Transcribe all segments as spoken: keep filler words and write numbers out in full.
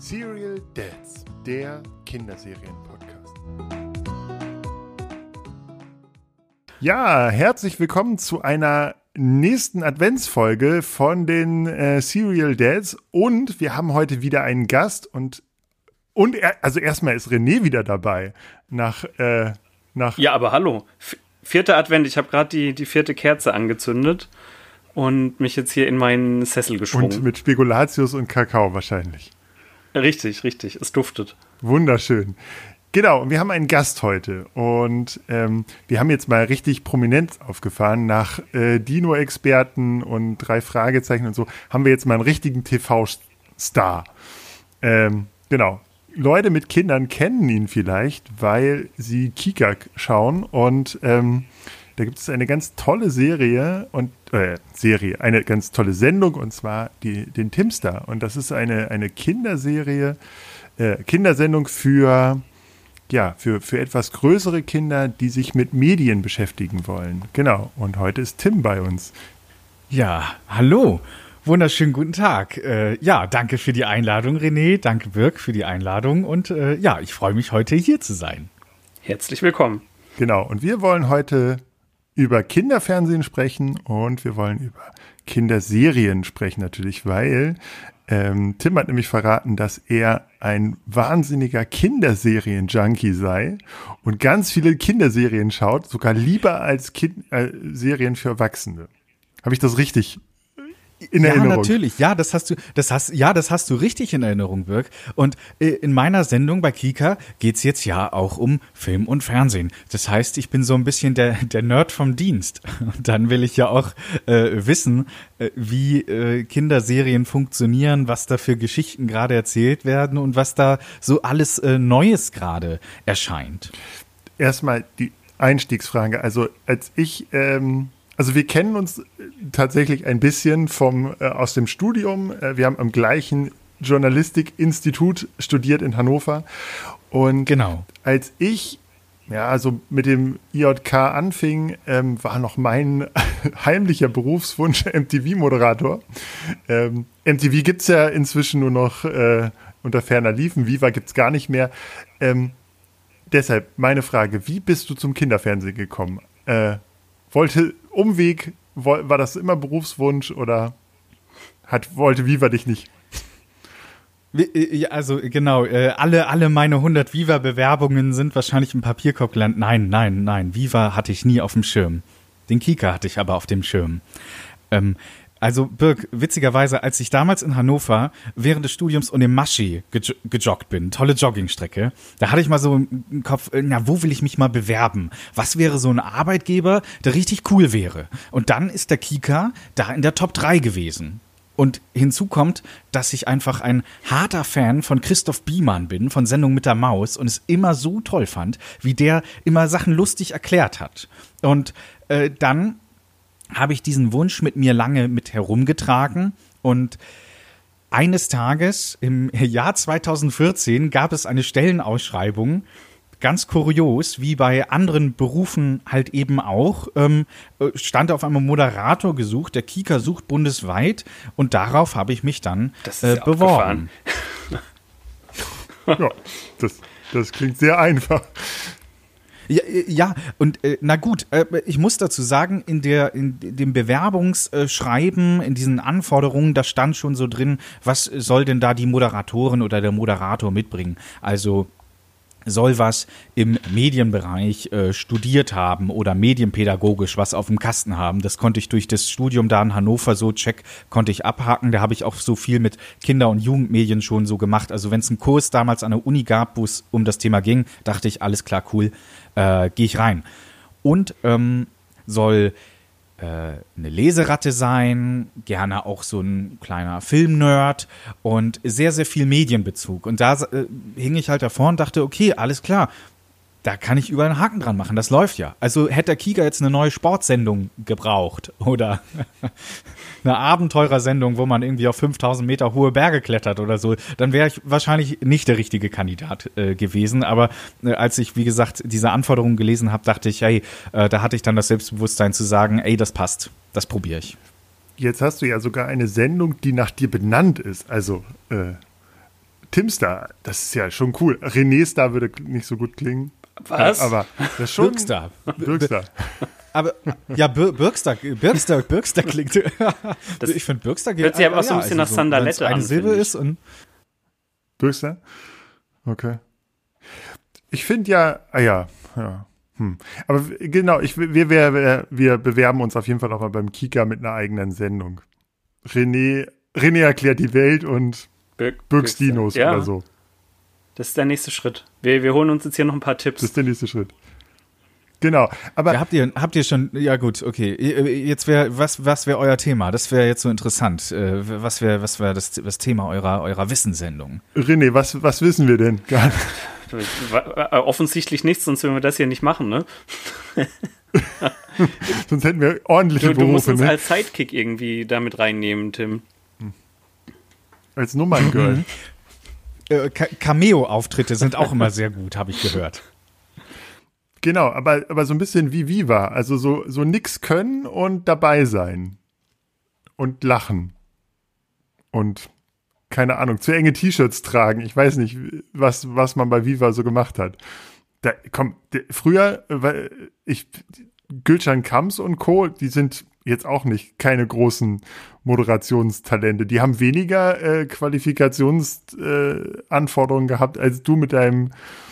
Serial Dads, der Kinderserien-Podcast. Ja, herzlich willkommen zu einer nächsten Adventsfolge von den äh, Serial Dads und wir haben heute wieder einen Gast und und er, also erstmal ist René wieder dabei nach äh, nach Ja, aber hallo, v- vierter Advent. Ich habe gerade die die vierte Kerze angezündet und mich jetzt hier in meinen Sessel geschwungen. und mit Spekulatius und Kakao wahrscheinlich. Richtig, richtig. Es duftet. Wunderschön. Genau, und wir haben einen Gast heute und ähm, wir haben jetzt mal richtig Prominenz aufgefahren. Nach äh, Dino-Experten und drei Fragezeichen und so haben wir jetzt mal einen richtigen T V-Star. Ähm, genau. Leute mit Kindern kennen ihn vielleicht, weil sie Kika schauen und ähm, da gibt es eine ganz tolle Serie und äh, Serie, eine ganz tolle Sendung und zwar die, den Timster. Und das ist eine, eine Kinderserie, äh, Kindersendung für, ja, für, für etwas größere Kinder, die sich mit Medien beschäftigen wollen. Genau. Und heute ist Tim bei uns. Ja, hallo. Wunderschönen guten Tag. Äh, ja, danke für die Einladung, René. Danke, Birk, für die Einladung. Und äh, ja, ich freue mich, heute hier zu sein. Herzlich willkommen. Genau. Und wir wollen heute über Kinderfernsehen sprechen und wir wollen über Kinderserien sprechen natürlich, weil ähm, Tim hat nämlich verraten, dass er ein wahnsinniger Kinderserien-Junkie sei und ganz viele Kinderserien schaut, sogar lieber als kind- äh, Serien für Erwachsene. Habe ich das richtig in Erinnerung? Ja, natürlich. Ja, das hast du, das hast, ja, das hast du richtig in Erinnerung, Birk. Und äh, in meiner Sendung bei Kika geht's jetzt ja auch um Film und Fernsehen. Das heißt, ich bin so ein bisschen der, der Nerd vom Dienst. Und dann will ich ja auch äh, wissen, äh, wie äh, Kinderserien funktionieren, was da für Geschichten gerade erzählt werden und was da so alles äh, Neues gerade erscheint. Erstmal die Einstiegsfrage. Also als ich ähm Also wir kennen uns tatsächlich ein bisschen vom äh, aus dem Studium. Äh, wir haben am gleichen Journalistikinstitut studiert in Hannover. Und Genau. als ich ja also mit dem I J K anfing, ähm, war noch mein heimlicher Berufswunsch M T V-Moderator. Ähm, M T V gibt's ja inzwischen nur noch äh, unter ferner Liefen. Viva gibt's gar nicht mehr. Ähm, deshalb meine Frage: Wie bist du zum Kinderfernsehen gekommen? Äh, Wollte Umweg, war das immer Berufswunsch oder hat, wollte Viva dich nicht? Ja, also genau, alle alle meine hundert Viva-Bewerbungen sind wahrscheinlich im Papierkorb gelandet. Nein, nein, nein, Viva hatte ich nie auf dem Schirm. Den Kika hatte ich aber auf dem Schirm. Ähm, also Birk, witzigerweise, als ich damals in Hannover während des Studiums um den Maschi gej- gejoggt bin, tolle Joggingstrecke, da hatte ich mal so im Kopf, na, wo will ich mich mal bewerben? Was wäre so ein Arbeitgeber, der richtig cool wäre? Und dann ist der Kika da in der Top drei gewesen. Und hinzu kommt, dass ich einfach ein harter Fan von Christoph Biemann bin, von Sendung mit der Maus und es immer so toll fand, wie der immer Sachen lustig erklärt hat. Und äh, dann habe ich diesen Wunsch mit mir lange mit herumgetragen und eines Tages im Jahr zweitausendvierzehn gab es eine Stellenausschreibung, ganz kurios, wie bei anderen Berufen halt eben auch, ähm, stand auf einmal Moderator gesucht, der Kika sucht bundesweit und darauf habe ich mich dann Das ist äh, ja beworben. Ja, das, das klingt sehr einfach. Ja, ja, und äh, na gut, äh, ich muss dazu sagen, in der in dem Bewerbungsschreiben, in diesen Anforderungen, da stand schon so drin, was soll denn da die Moderatorin oder der Moderator mitbringen? Also soll was im Medienbereich äh, studiert haben oder medienpädagogisch was auf dem Kasten haben. Das konnte ich durch das Studium da in Hannover so, check, konnte ich abhaken. Da habe ich auch so viel mit Kinder- und Jugendmedien schon so gemacht. Also wenn es einen Kurs damals an der Uni gab, wo es um das Thema ging, dachte ich, alles klar, cool, äh, gehe ich rein. Und ähm, soll eine Leseratte sein, gerne auch so ein kleiner Filmnerd und sehr, sehr viel Medienbezug. Und da äh, hing ich halt davor und dachte, okay, alles klar, da kann ich überall einen Haken dran machen, das läuft ja. Also hätte der Kika jetzt eine neue Sportsendung gebraucht oder eine Abenteurersendung, wo man irgendwie auf fünftausend Meter hohe Berge klettert oder so, dann wäre ich wahrscheinlich nicht der richtige Kandidat äh, gewesen. Aber äh, als ich, wie gesagt, diese Anforderungen gelesen habe, dachte ich, hey, äh, da hatte ich dann das Selbstbewusstsein zu sagen, ey, das passt, das probiere ich. Jetzt hast du ja sogar eine Sendung, die nach dir benannt ist. Also äh, Timstar, das ist ja schon cool. René Star würde nicht so gut klingen. Was? Aber das ist schon Birkstar. Birkstar. Aber ja, Bir- Birkstar, Birkstar, Birkstar klingt. Das ich finde Birkstar hört sich aber auch so ein bisschen nach Sandalette wenn's eine an, Silbe finde ich. ist und Birkstar? Okay. Ich finde ja, ah ja, ja. Hm. Aber w- genau, ich, wir, wir, wir bewerben uns auf jeden Fall auch mal beim Kika mit einer eigenen Sendung. René, René erklärt die Welt und Birk- Birks Birkstar. Dinos Ja, oder so. das ist der nächste Schritt. Wir, wir holen uns jetzt hier noch ein paar Das Tipps. ist der nächste Schritt. Genau. Aber ja, habt ihr habt ihr schon ja gut, okay. Jetzt wäre was was wäre euer Thema? Das wäre jetzt so interessant. Äh, Was wäre was wäre das, das Thema eurer eurer Wissenssendung? René, was, was wissen wir denn? Gar nicht. Offensichtlich nichts, sonst würden wir das hier nicht machen, ne? Sonst hätten wir ordentliche Du, du musst Berufe, uns ne? als Sidekick irgendwie damit reinnehmen, Tim. Als Nummerngirl. Äh, Ca- Cameo-Auftritte sind auch immer sehr gut, habe ich gehört. Genau, aber, aber so ein bisschen wie Viva. Also so, so nix können und dabei sein. Und lachen. Und, keine Ahnung, zu enge T-Shirts tragen. Ich weiß nicht, was, was man bei Viva so gemacht hat. Da, komm, der, früher, weil ich, Gülcan Kams und Co., die sind jetzt auch nicht keine großen Moderationstalente. Die haben weniger äh, Qualifikationsanforderungen äh, Anforderungen gehabt, als du mit deinem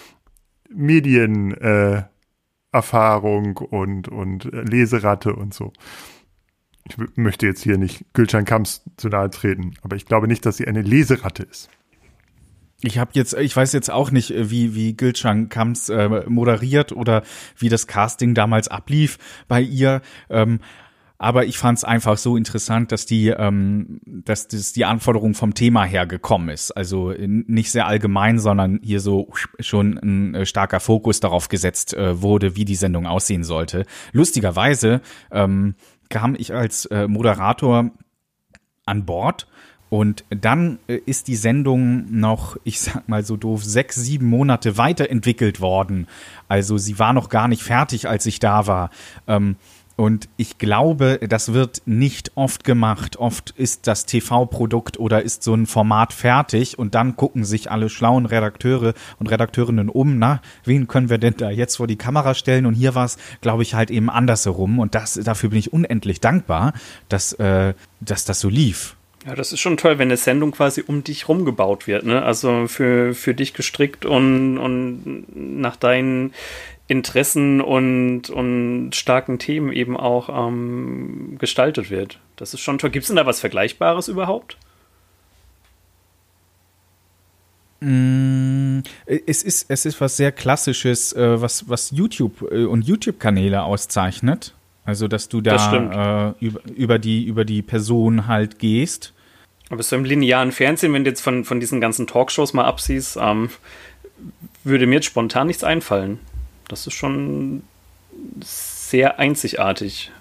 Medien, äh, Erfahrung und, und äh, Leseratte und so. Ich w- möchte jetzt hier nicht Gülcan Kams zu nahe treten, aber ich glaube nicht, dass sie eine Leseratte ist. Ich habe jetzt, ich weiß jetzt auch nicht, wie wie Gülcan Kams äh, moderiert oder wie das Casting damals ablief bei ihr. Ähm, aber ich fand es einfach so interessant, dass die, ähm, dass das die Anforderung vom Thema her gekommen ist. Also nicht sehr allgemein, sondern hier so schon ein äh, starker Fokus darauf gesetzt äh, wurde, wie die Sendung aussehen sollte. Lustigerweise ähm, kam ich als äh, Moderator an Bord. Und dann äh, ist die Sendung noch, ich sag mal so doof, sechs, sieben Monate weiterentwickelt worden. Also sie war noch gar nicht fertig, als ich da war. Ähm, und ich glaube, das wird nicht oft gemacht. Oft ist das T V-Produkt oder ist so ein Format fertig und dann gucken sich alle schlauen Redakteure und Redakteurinnen um, na, wen können wir denn da jetzt vor die Kamera stellen? Und hier war es, glaube ich, halt eben andersherum. Und das, dafür bin ich unendlich dankbar, dass, äh, dass das so lief. Ja, das ist schon toll, wenn eine Sendung quasi um dich rumgebaut wird, ne? Also für, für dich gestrickt und, und nach deinen Interessen und, und starken Themen eben auch ähm, gestaltet wird. Das ist schon toll. Gibt es denn da was Vergleichbares überhaupt? Mm, Es ist, es ist was sehr Klassisches, äh, was, was YouTube äh, und YouTube-Kanäle auszeichnet. Also, dass du Das stimmt. da äh, über, über, die, über die Person halt gehst. Aber so im linearen Fernsehen, wenn du jetzt von, von diesen ganzen Talkshows mal absiehst, ähm, würde mir jetzt spontan nichts einfallen. Das ist schon sehr einzigartig.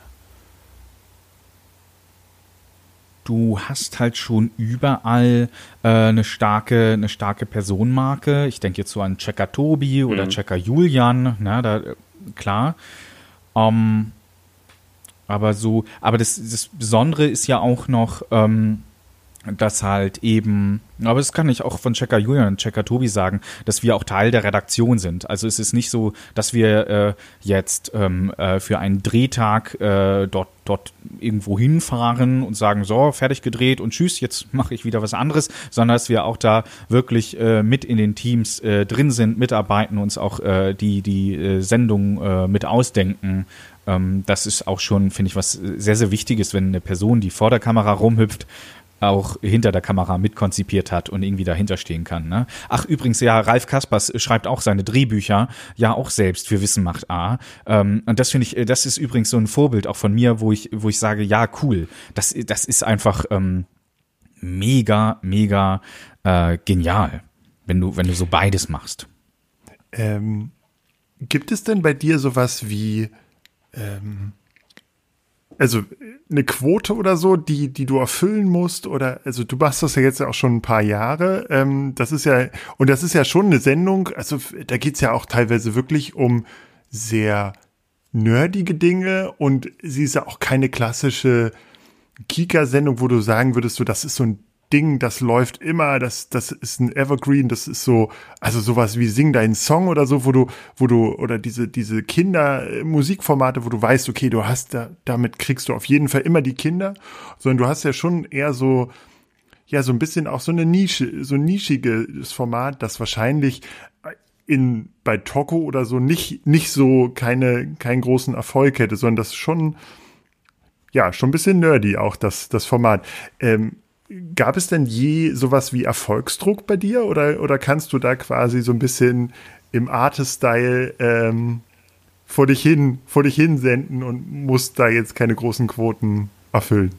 Du hast halt schon überall äh, eine starke, eine starke Personenmarke. Ich denke jetzt so an Checker Tobi oder Mhm. Checker Julian, na, da, äh, klar. Ähm, aber so, aber das, das Besondere ist ja auch noch, ähm, dass halt eben, aber das kann ich auch von Checker Julian und Checker Tobi sagen, dass wir auch Teil der Redaktion sind. Also es ist nicht so, dass wir äh, jetzt ähm, äh, für einen Drehtag äh, dort, dort irgendwo hinfahren und sagen, so, fertig gedreht und tschüss, jetzt mache ich wieder was anderes, sondern dass wir auch da wirklich äh, mit in den Teams äh, drin sind, mitarbeiten, uns auch äh, die, die äh, Sendung äh, mit ausdenken. Ähm, das ist auch schon, finde ich, was sehr, sehr Wichtiges, wenn eine Person, die vor der Kamera rumhüpft, auch hinter der Kamera mitkonzipiert hat und irgendwie dahinter stehen kann. Ne? Ach, übrigens, ja, Ralf Kaspers schreibt auch seine Drehbücher, ja auch selbst für Wissen macht A. Ähm, und das finde ich, das ist übrigens so ein Vorbild auch von mir, wo ich, wo ich sage, ja, cool, das, das ist einfach ähm, mega, mega äh, genial, wenn du, wenn du so beides machst. Ähm, gibt es denn bei dir sowas wie ähm, also eine Quote oder so, die, die du erfüllen musst? Oder, also du machst das ja jetzt ja auch schon ein paar Jahre. Ähm, das ist ja, und das ist ja schon eine Sendung, also da geht's ja auch teilweise wirklich um sehr nerdige Dinge und sie ist ja auch keine klassische Kika-Sendung, wo du sagen würdest, so, das ist so ein Ding, das läuft immer, das, das ist ein Evergreen, das ist so, also sowas wie Sing deinen Song oder so, wo du, wo du, oder diese, diese Kinder-Musikformate, wo du weißt, okay, du hast da, damit kriegst du auf jeden Fall immer die Kinder, sondern du hast ja schon eher so, ja, so ein bisschen auch so eine Nische, so ein nischiges Format, das wahrscheinlich in, bei Toko oder so nicht, nicht so keine, keinen großen Erfolg hätte, sondern das ist schon, ja, schon ein bisschen nerdy auch, das, das Format. Ähm, Gab es denn je sowas wie Erfolgsdruck bei dir oder, oder kannst du da quasi so ein bisschen im Arte-Style ähm, vor dich hin, vor dich hin senden und musst da jetzt keine großen Quoten erfüllen?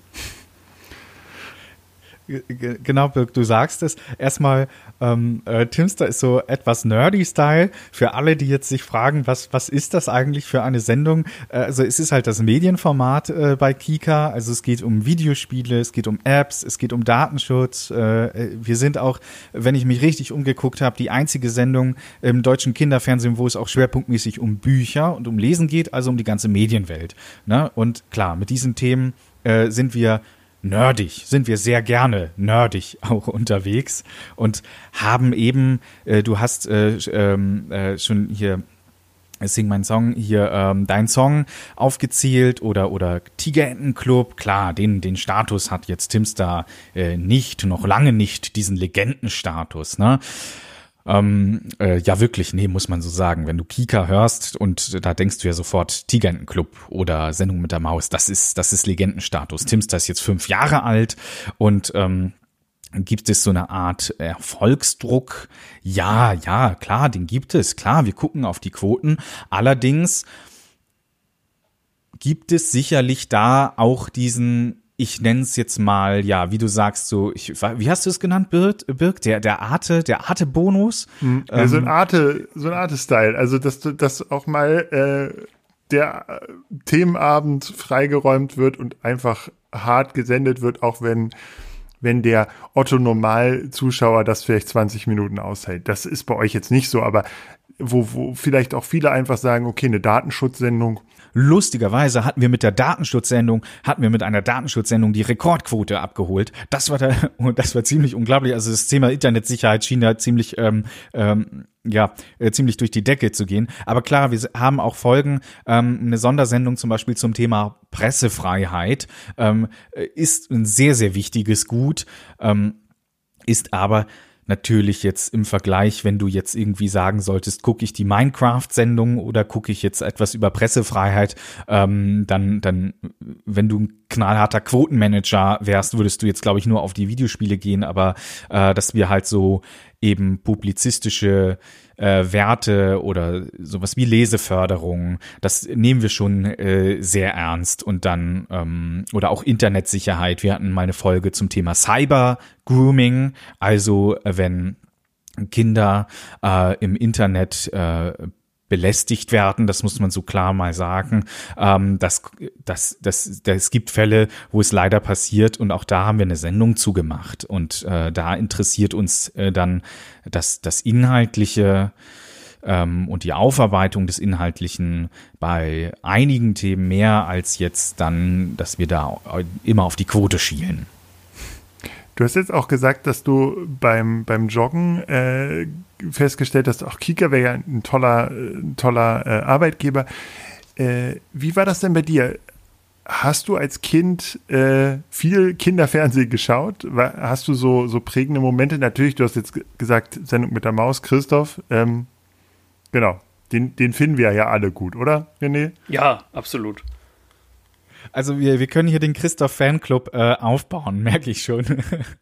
Genau, Birk, du sagst es. Erstmal, ähm, äh, Timster ist so etwas Nerdy-Style. Für alle, die jetzt sich fragen, was, was ist das eigentlich für eine Sendung? Äh, also es ist halt das Medienformat äh, bei Kika. Also es geht um Videospiele, es geht um Apps, es geht um Datenschutz. Äh, wir sind auch, wenn ich mich richtig umgeguckt habe, die einzige Sendung im deutschen Kinderfernsehen, wo es auch schwerpunktmäßig um Bücher und um Lesen geht, also um die ganze Medienwelt. Ne? Und klar, mit diesen Themen äh, sind wir nerdig, sind wir sehr gerne nerdig auch unterwegs und haben eben, äh, du hast äh, äh, schon hier Sing mein Song, hier ähm, dein Song aufgezählt oder oder Tigerentenclub, klar, den den Status hat jetzt Timster äh, nicht, noch lange nicht diesen Legendenstatus, ne? Ähm, äh, ja, wirklich, nee, muss man so sagen. Wenn du Kika hörst und da denkst du ja sofort Tigerentenclub oder Sendung mit der Maus, das ist, das ist Legendenstatus. Timster ist jetzt fünf Jahre alt und ähm, gibt es so eine Art Erfolgsdruck? Ja, ja, klar, den gibt es. Klar, wir gucken auf die Quoten. Allerdings gibt es sicherlich da auch diesen, ich nenne es jetzt mal, ja, wie du sagst, so, ich, wie hast du es genannt, Birk? Birk? Der, der Arte, der Arte-Bonus? Mhm. Ja, ähm, so ein Arte, so ein Arte-Style. Also, dass, dass auch mal äh, der Themenabend freigeräumt wird und einfach hart gesendet wird, auch wenn, wenn der Otto-Normal-Zuschauer das vielleicht zwanzig Minuten aushält. Das ist bei euch jetzt nicht so, aber wo, wo vielleicht auch viele einfach sagen, okay, eine Datenschutzsendung. Lustigerweise hatten wir mit der Datenschutzsendung, hatten wir mit einer Datenschutzsendung die Rekordquote abgeholt. Das war da, das war ziemlich unglaublich. Also das Thema Internetsicherheit schien da ziemlich, ähm, ähm, ja, äh, ziemlich durch die Decke zu gehen. Aber klar, wir haben auch Folgen, ähm, eine Sondersendung zum Beispiel zum Thema Pressefreiheit, ähm, ist ein sehr, sehr wichtiges Gut, ähm, ist aber natürlich jetzt im Vergleich, wenn du jetzt irgendwie sagen solltest, gucke ich die Minecraft-Sendung oder gucke ich jetzt etwas über Pressefreiheit, ähm, dann, dann, wenn du ein knallharter Quotenmanager wärst, würdest du jetzt, glaube ich, nur auf die Videospiele gehen, aber äh, dass wir halt so eben publizistische äh, Werte oder sowas wie Leseförderung, das nehmen wir schon äh, sehr ernst und dann ähm, oder auch Internetsicherheit. Wir hatten mal eine Folge zum Thema Cyber-Grooming, also äh, wenn Kinder äh, im Internet äh, belästigt werden, das muss man so klar mal sagen. Ähm, das, das, das, das, es gibt Fälle, wo es leider passiert und auch da haben wir eine Sendung zugemacht und äh, da interessiert uns äh, dann das, das Inhaltliche ähm, und die Aufarbeitung des Inhaltlichen bei einigen Themen mehr als jetzt dann, dass wir da immer auf die Quote schielen. Du hast jetzt auch gesagt, dass du beim, beim Joggen äh, festgestellt hast, auch Kika wäre ja ein toller, ein toller äh, Arbeitgeber. Äh, wie war das denn bei dir? Hast du als Kind äh, viel Kinderfernsehen geschaut? War, hast du so, so prägende Momente? Natürlich, du hast jetzt gesagt, Sendung mit der Maus, Christoph. Ähm, genau, den, den finden wir ja alle gut, oder, René? Ja, absolut. Also wir, wir können hier den Christoph-Fanclub äh, aufbauen, merke ich schon.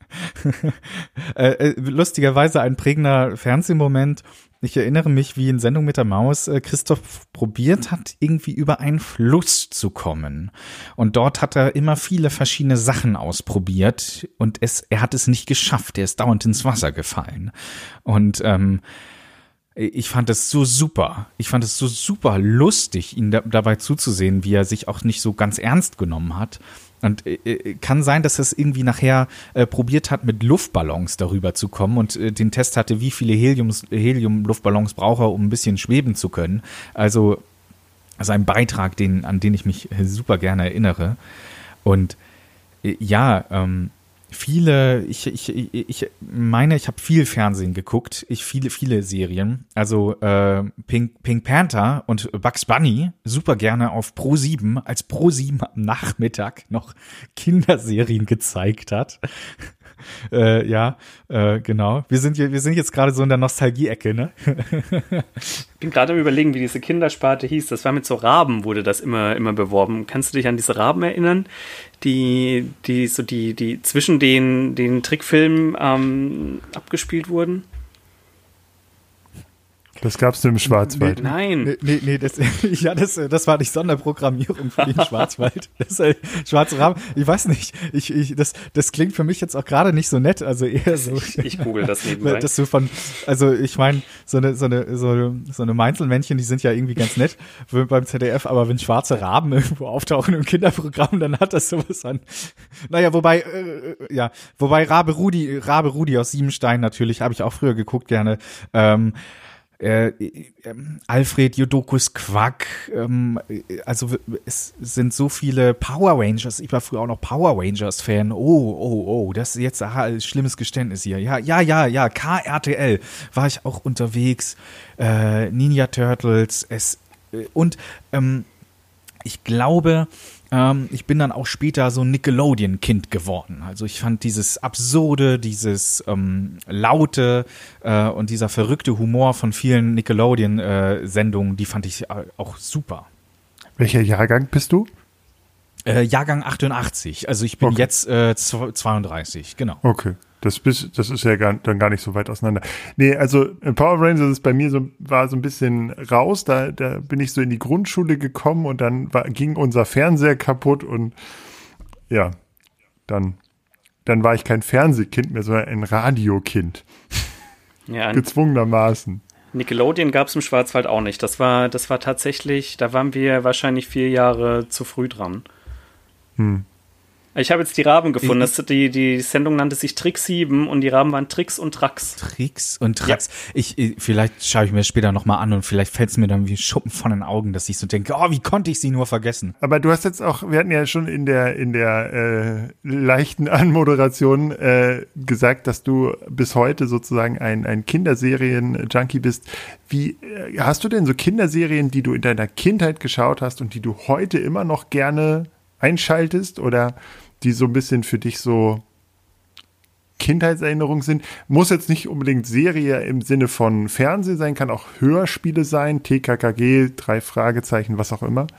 äh, lustigerweise ein prägender Fernsehmoment. Ich erinnere mich, wie in Sendung mit der Maus äh, Christoph probiert hat, irgendwie über einen Fluss zu kommen. Und dort hat er immer viele verschiedene Sachen ausprobiert und es, er hat es nicht geschafft. Er ist dauernd ins Wasser gefallen. Und ähm, ich fand es so super. Ich fand es so super lustig, ihn da, dabei zuzusehen, wie er sich auch nicht so ganz ernst genommen hat. Und äh, kann sein, dass er es irgendwie nachher äh, probiert hat, mit Luftballons darüber zu kommen und äh, den Test hatte, wie viele Heliums, Helium-Luftballons braucht er, um ein bisschen schweben zu können. Also, also ein Beitrag, den, an den ich mich super gerne erinnere. Und äh, ja, ähm, viele, ich, ich, ich meine, ich habe viel Fernsehen geguckt, ich viele, viele Serien. Also äh, Pink, Pink Panther und Bugs Bunny super gerne auf Pro sieben, als Pro sieben am Nachmittag noch Kinderserien gezeigt hat. Äh, ja, äh, genau. Wir sind, wir sind jetzt gerade so in der Nostalgie-Ecke, ne? Ich bin gerade am Überlegen, wie diese Kindersparte hieß. Das war mit so Raben, wurde das immer, immer beworben. Kannst du dich an diese Raben erinnern? Die, die, so die, die zwischen den, den Trickfilmen ähm, abgespielt wurden? Das gab's nur im Schwarzwald. Nee, nein. Nee, nee, nee das, ja, das, das war nicht Sonderprogrammierung für den Schwarzwald. Das äh, Schwarze Raben, ich weiß nicht, ich, ich, das, das klingt für mich jetzt auch gerade nicht so nett, also eher so. Ich, ich google das nebenbei. Dass du von, also ich meine, so eine, so eine, so, so eine Mainzelmännchen, die sind ja irgendwie ganz nett beim Z D F, aber wenn schwarze Raben irgendwo auftauchen im Kinderprogramm, dann hat das sowas an. Naja, wobei, äh, ja, wobei Rabe Rudi, Rabe Rudi aus Siebenstein natürlich, habe ich auch früher geguckt gerne, ähm, Äh, äh, Alfred Jodokus Quack, ähm, also es sind so viele Power Rangers, ich war früher auch noch Power Rangers Fan, oh, oh, oh, das ist jetzt ein schlimmes Geständnis hier, ja, ja, ja, ja, K R T L war ich auch unterwegs, äh, Ninja Turtles, es, äh, und ähm, ich glaube, Ähm, ich bin dann auch später so ein Nickelodeon-Kind geworden. Also ich fand dieses Absurde, dieses ähm, Laute äh, und dieser verrückte Humor von vielen Nickelodeon-Sendungen, äh, die fand ich äh, auch super. Welcher Jahrgang bist du? Äh, Jahrgang achtundachtzig. Also ich bin okay. jetzt äh, zweiunddreißig, genau. Okay. Das, bist, das ist ja gar, dann gar nicht so weit auseinander. Nee, also Power Rangers ist bei mir so, war so ein bisschen raus. Da, da bin ich so in die Grundschule gekommen und dann war, ging unser Fernseher kaputt und ja, dann, dann war ich kein Fernsehkind mehr, sondern ein Radiokind. Ja, gezwungenermaßen. Nickelodeon gab es im Schwarzwald auch nicht. Das war, das war tatsächlich, da waren wir wahrscheinlich vier Jahre zu früh dran. Hm. Ich habe jetzt die Raben gefunden. Das, die, die Sendung nannte sich Trick sieben und die Raben waren Tricks und Tracks. Tricks und Tracks. Ja. Ich, ich, vielleicht schaue ich mir das später nochmal an und vielleicht fällt es mir dann wie Schuppen von den Augen, dass ich so denke, oh, wie konnte ich sie nur vergessen? Aber du hast jetzt auch, wir hatten ja schon in der, in der äh, leichten Anmoderation äh, gesagt, dass du bis heute sozusagen ein, ein Kinderserien-Junkie bist. Wie äh, hast du denn so Kinderserien, die du in deiner Kindheit geschaut hast und die du heute immer noch gerne einschaltest oder die so ein bisschen für dich so Kindheitserinnerungen sind? Muss jetzt nicht unbedingt Serie im Sinne von Fernsehen sein, kann auch Hörspiele sein, T K K G, drei Fragezeichen, was auch immer.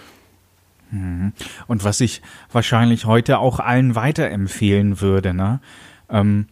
Und was ich wahrscheinlich heute auch allen weiterempfehlen würde, ne? Ähm,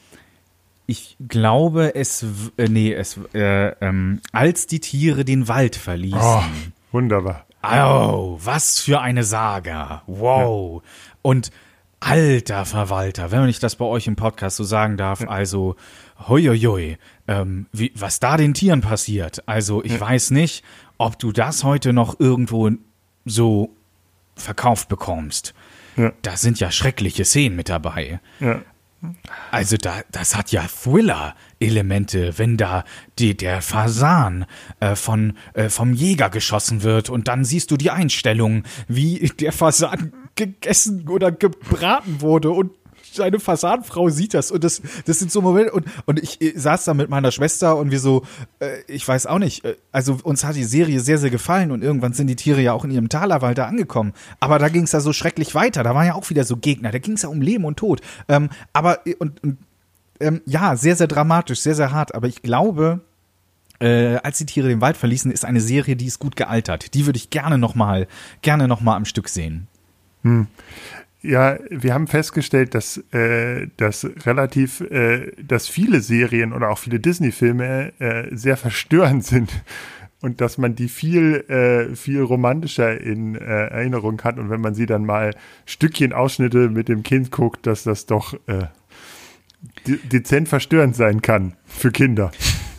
ich glaube, es, äh, nee, es, äh, ähm, als die Tiere den Wald verließen. Oh, wunderbar. Oh, was für eine Saga. Wow. Ja. Und alter Verwalter, wenn ich das bei euch im Podcast so sagen darf, ja. also hoi, ähm, wie, was da den Tieren passiert. Also ich ja. weiß nicht, ob du das heute noch irgendwo so verkauft bekommst. Ja. Da sind ja schreckliche Szenen mit dabei. Ja. Also da, das hat ja Thriller-Elemente, wenn da die, der Fasan äh, von, äh, vom Jäger geschossen wird und dann siehst du die Einstellung, wie der Fasan gegessen oder gebraten wurde und seine Fasanfrau sieht das und das, das sind so Momente und, und ich, ich saß da mit meiner Schwester und wir so, äh, ich weiß auch nicht, äh, also uns hat die Serie sehr, sehr gefallen und irgendwann sind die Tiere ja auch in ihrem Talerwald da angekommen, aber da ging es ja so schrecklich weiter, da waren ja auch wieder so Gegner, da ging es ja um Leben und Tod, ähm, aber und, und ähm, ja, sehr, sehr dramatisch, sehr, sehr hart, aber ich glaube, äh, als die Tiere den Wald verließen, ist eine Serie, die ist gut gealtert, die würde ich gerne nochmal, gerne nochmal am Stück sehen. Hm. Ja, wir haben festgestellt, dass, äh, dass relativ, äh, dass viele Serien oder auch viele Disney-Filme äh, sehr verstörend sind und dass man die viel, äh, viel romantischer in äh, Erinnerung hat und wenn man sie dann mal Stückchen Ausschnitte mit dem Kind guckt, dass das doch äh, de- dezent verstörend sein kann für Kinder.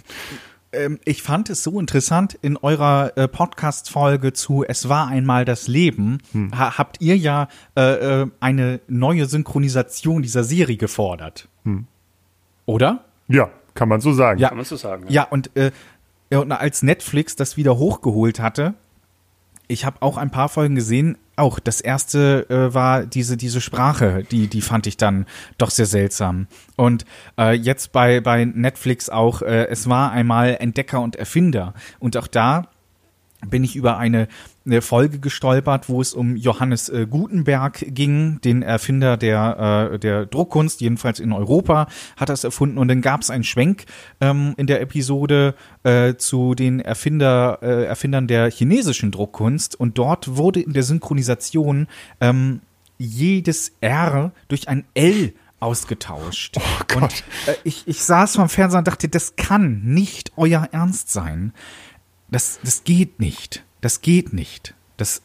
Ich fand es so interessant, in eurer äh, Podcast-Folge zu Es war einmal das Leben, hm. ha- habt ihr ja äh, eine neue Synchronisation dieser Serie gefordert. Hm. Oder? Ja, kann man so sagen. Ja, kann man so sagen. Ja, ja und, äh, ja, und als Netflix das wieder hochgeholt hatte, ich habe auch ein paar Folgen gesehen, auch. Das erste äh, war diese diese Sprache, die die fand ich dann doch sehr seltsam. Und äh, jetzt bei bei Netflix auch, äh, es war einmal Entdecker und Erfinder. Und auch da bin ich über eine, eine Folge gestolpert, wo es um Johannes äh, Gutenberg ging, den Erfinder der äh, der Druckkunst, jedenfalls in Europa hat er es erfunden. Und dann gab es einen Schwenk ähm, in der Episode äh, zu den Erfinder äh, Erfindern der chinesischen Druckkunst. Und dort wurde in der Synchronisation ähm, jedes R durch ein L ausgetauscht. Oh Gott. Und äh, ich, ich saß vom Fernseher und dachte, das kann nicht euer Ernst sein. Das, das geht nicht. Das geht nicht. Das,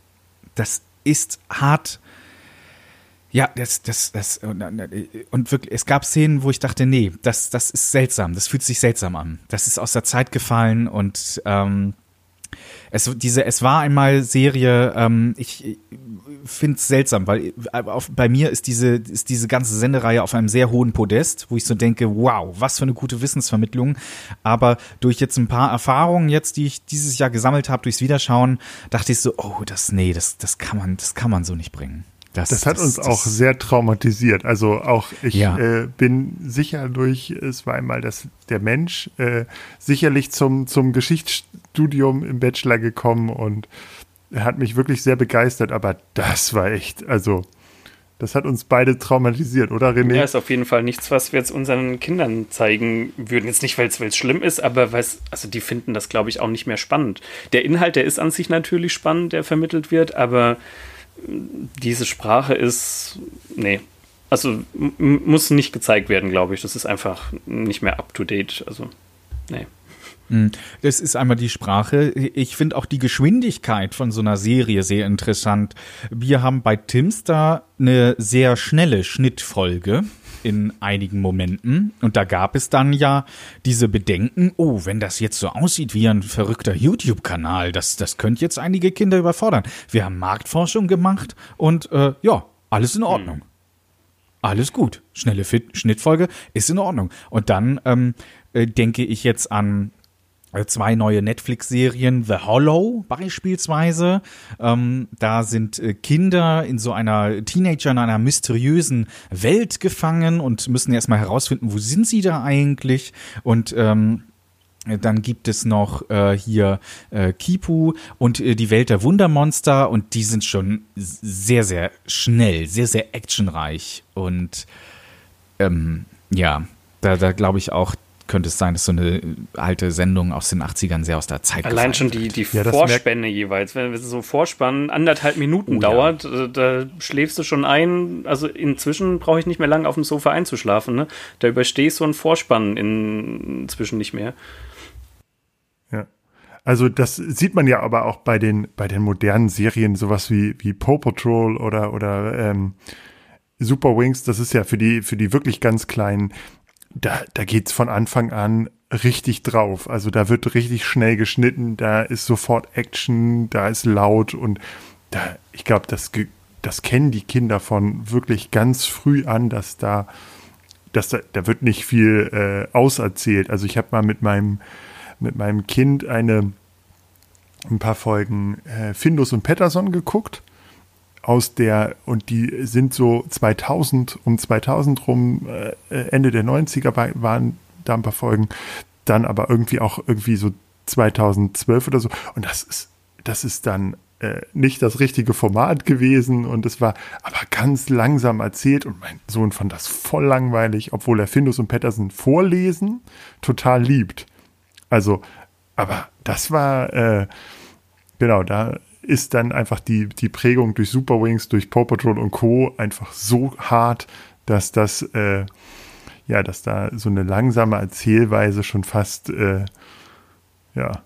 das ist hart. Ja, das, das, das, und wirklich, es gab Szenen, wo ich dachte, nee, das, das ist seltsam. Das fühlt sich seltsam an. Das ist aus der Zeit gefallen und, ähm, Es, diese Es war einmal Serie, ähm, ich, ich finde es seltsam, weil auf, bei mir ist diese, ist diese ganze Sendereihe auf einem sehr hohen Podest, wo ich so denke, wow, was für eine gute Wissensvermittlung. Aber durch jetzt ein paar Erfahrungen jetzt, die ich dieses Jahr gesammelt habe, durchs Wiederschauen, dachte ich so, oh, das, nee, das, das kann man, das kann man so nicht bringen. Das, das hat das, uns das, auch sehr traumatisiert. Also auch ich ja. äh, bin sicher durch, es war einmal das, der Mensch äh, sicherlich zum, zum Geschichtsstudium im Bachelor gekommen und er hat mich wirklich sehr begeistert, aber das war echt, also das hat uns beide traumatisiert, oder René? Ja, ist auf jeden Fall nichts, was wir jetzt unseren Kindern zeigen würden. Jetzt nicht, weil es schlimm ist, aber weil also die finden das, glaube ich, auch nicht mehr spannend. Der Inhalt, der ist an sich natürlich spannend, der vermittelt wird, aber diese Sprache ist, nee, also m- muss nicht gezeigt werden, glaube ich. Das ist einfach nicht mehr up to date, also nee. Das ist einmal die Sprache. Ich finde auch die Geschwindigkeit von so einer Serie sehr interessant. Wir haben bei Timstar eine sehr schnelle Schnittfolge in einigen Momenten. Und da gab es dann ja diese Bedenken, oh, wenn das jetzt so aussieht wie ein verrückter YouTube-Kanal, das, das könnte jetzt einige Kinder überfordern. Wir haben Marktforschung gemacht und äh, ja, alles in Ordnung. Hm. Alles gut. Schnelle Fit- Schnittfolge ist in Ordnung. Und dann ähm, äh, denke ich jetzt an zwei neue Netflix-Serien, The Hollow beispielsweise. Ähm, da sind äh, Kinder in so einer Teenager in einer mysteriösen Welt gefangen und müssen erstmal herausfinden, wo sind sie da eigentlich? Und ähm, dann gibt es noch äh, hier äh, Kipu und äh, die Welt der Wundermonster und die sind schon sehr, sehr schnell, sehr, sehr actionreich. Und ähm, ja, da, da glaube ich auch, könnte es sein, dass so eine alte Sendung aus den achtzigern sehr aus der Zeit Allein schon die, die ja, Vorspänne jeweils, wenn es so Vorspann anderthalb Minuten oh, dauert, ja. da schläfst du schon ein. Also inzwischen brauche ich nicht mehr lange auf dem Sofa einzuschlafen. Ne? Da überstehst du einen Vorspann in, inzwischen nicht mehr. Ja, also das sieht man ja aber auch bei den, bei den modernen Serien, sowas wie, wie Paw Patrol oder, oder ähm, Super Wings, das ist ja für die, für die wirklich ganz Kleinen. Da, da geht's von Anfang an richtig drauf. Also da wird richtig schnell geschnitten, da ist sofort Action, da ist laut und da, ich glaube, das, das kennen die Kinder von wirklich ganz früh an, dass da, dass da, da wird nicht viel äh, auserzählt. Also ich habe mal mit meinem, mit meinem Kind eine, ein paar Folgen äh, Findus und Petterson geguckt. Aus der, und die sind so zweitausend, um zweitausend rum, äh, Ende der neunziger war, waren da ein paar Folgen, dann aber irgendwie auch irgendwie so zweitausendzwölf oder so. Und das ist, das ist dann äh, nicht das richtige Format gewesen und es war aber ganz langsam erzählt und mein Sohn fand das voll langweilig, obwohl er Findus und Petterson vorlesen total liebt. Also, aber das war, äh, genau, da ist dann einfach die, die Prägung durch Super Wings, durch Paw Patrol und Co. einfach so hart, dass das, äh, ja, dass da so eine langsame Erzählweise schon fast, äh, ja,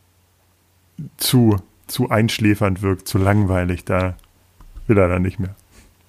zu, zu einschläfernd wirkt, zu langweilig. Da will er dann nicht mehr.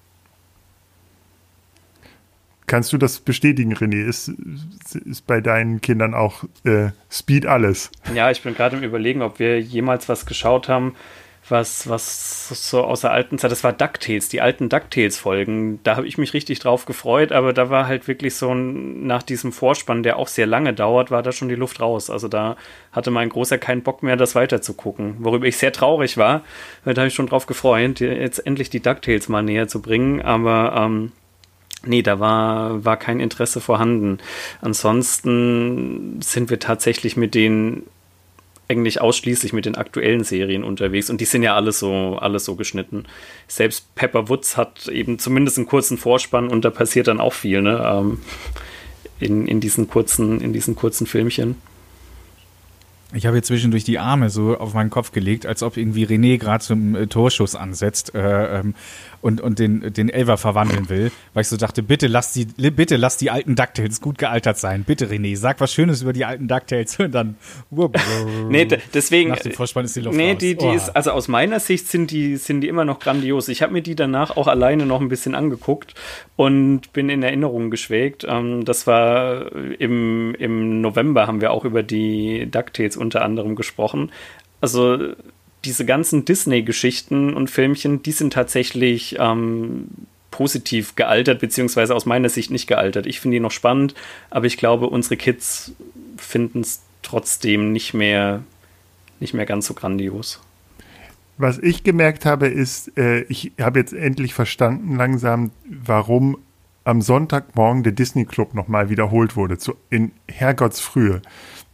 Kannst du das bestätigen, René? Ist, ist bei deinen Kindern auch äh, Speed alles? Ja, ich bin gerade im Überlegen, ob wir jemals was geschaut haben, was, was so aus der alten Zeit, das war DuckTales, die alten DuckTales-Folgen. Da habe ich mich richtig drauf gefreut, aber da war halt wirklich so ein, nach diesem Vorspann, der auch sehr lange dauert, war da schon die Luft raus. Also da hatte mein Großer keinen Bock mehr, das weiterzugucken, worüber ich sehr traurig war, weil da habe ich schon drauf gefreut, jetzt endlich die DuckTales mal näher zu bringen, aber ähm, nee, da war, war kein Interesse vorhanden. Ansonsten sind wir tatsächlich mit den eigentlich ausschließlich mit den aktuellen Serien unterwegs und die sind ja alles so, alles so geschnitten. Selbst Pepper Woods hat eben zumindest einen kurzen Vorspann und da passiert dann auch viel, ne? Ähm, in, in diesen kurzen, in diesen kurzen Filmchen. Ich habe jetzt zwischendurch die Arme so auf meinen Kopf gelegt, als ob irgendwie René gerade zum äh, Torschuss ansetzt äh, ähm, und, und den, den Elfer verwandeln will, weil ich so dachte, bitte lass die, bitte lass die alten DuckTales gut gealtert sein. Bitte, René, sag was Schönes über die alten DuckTales und dann nee, d- deswegen, nach dem Vorspann ist die Luft nee, raus. die, die Oh. ist, also aus meiner Sicht sind die, sind die immer noch grandios. Ich habe mir die danach auch alleine noch ein bisschen angeguckt und bin in Erinnerung geschwelgt. Ähm, das war im, im November haben wir auch über die DuckTales unter anderem gesprochen. Also diese ganzen Disney-Geschichten und Filmchen, die sind tatsächlich ähm, positiv gealtert, beziehungsweise aus meiner Sicht nicht gealtert. Ich finde die noch spannend, aber ich glaube, unsere Kids finden es trotzdem nicht mehr, nicht mehr ganz so grandios. Was ich gemerkt habe, ist, äh, ich habe jetzt endlich verstanden langsam, warum am Sonntagmorgen der Disney Club nochmal wiederholt wurde, zu, in Herrgottsfrühe.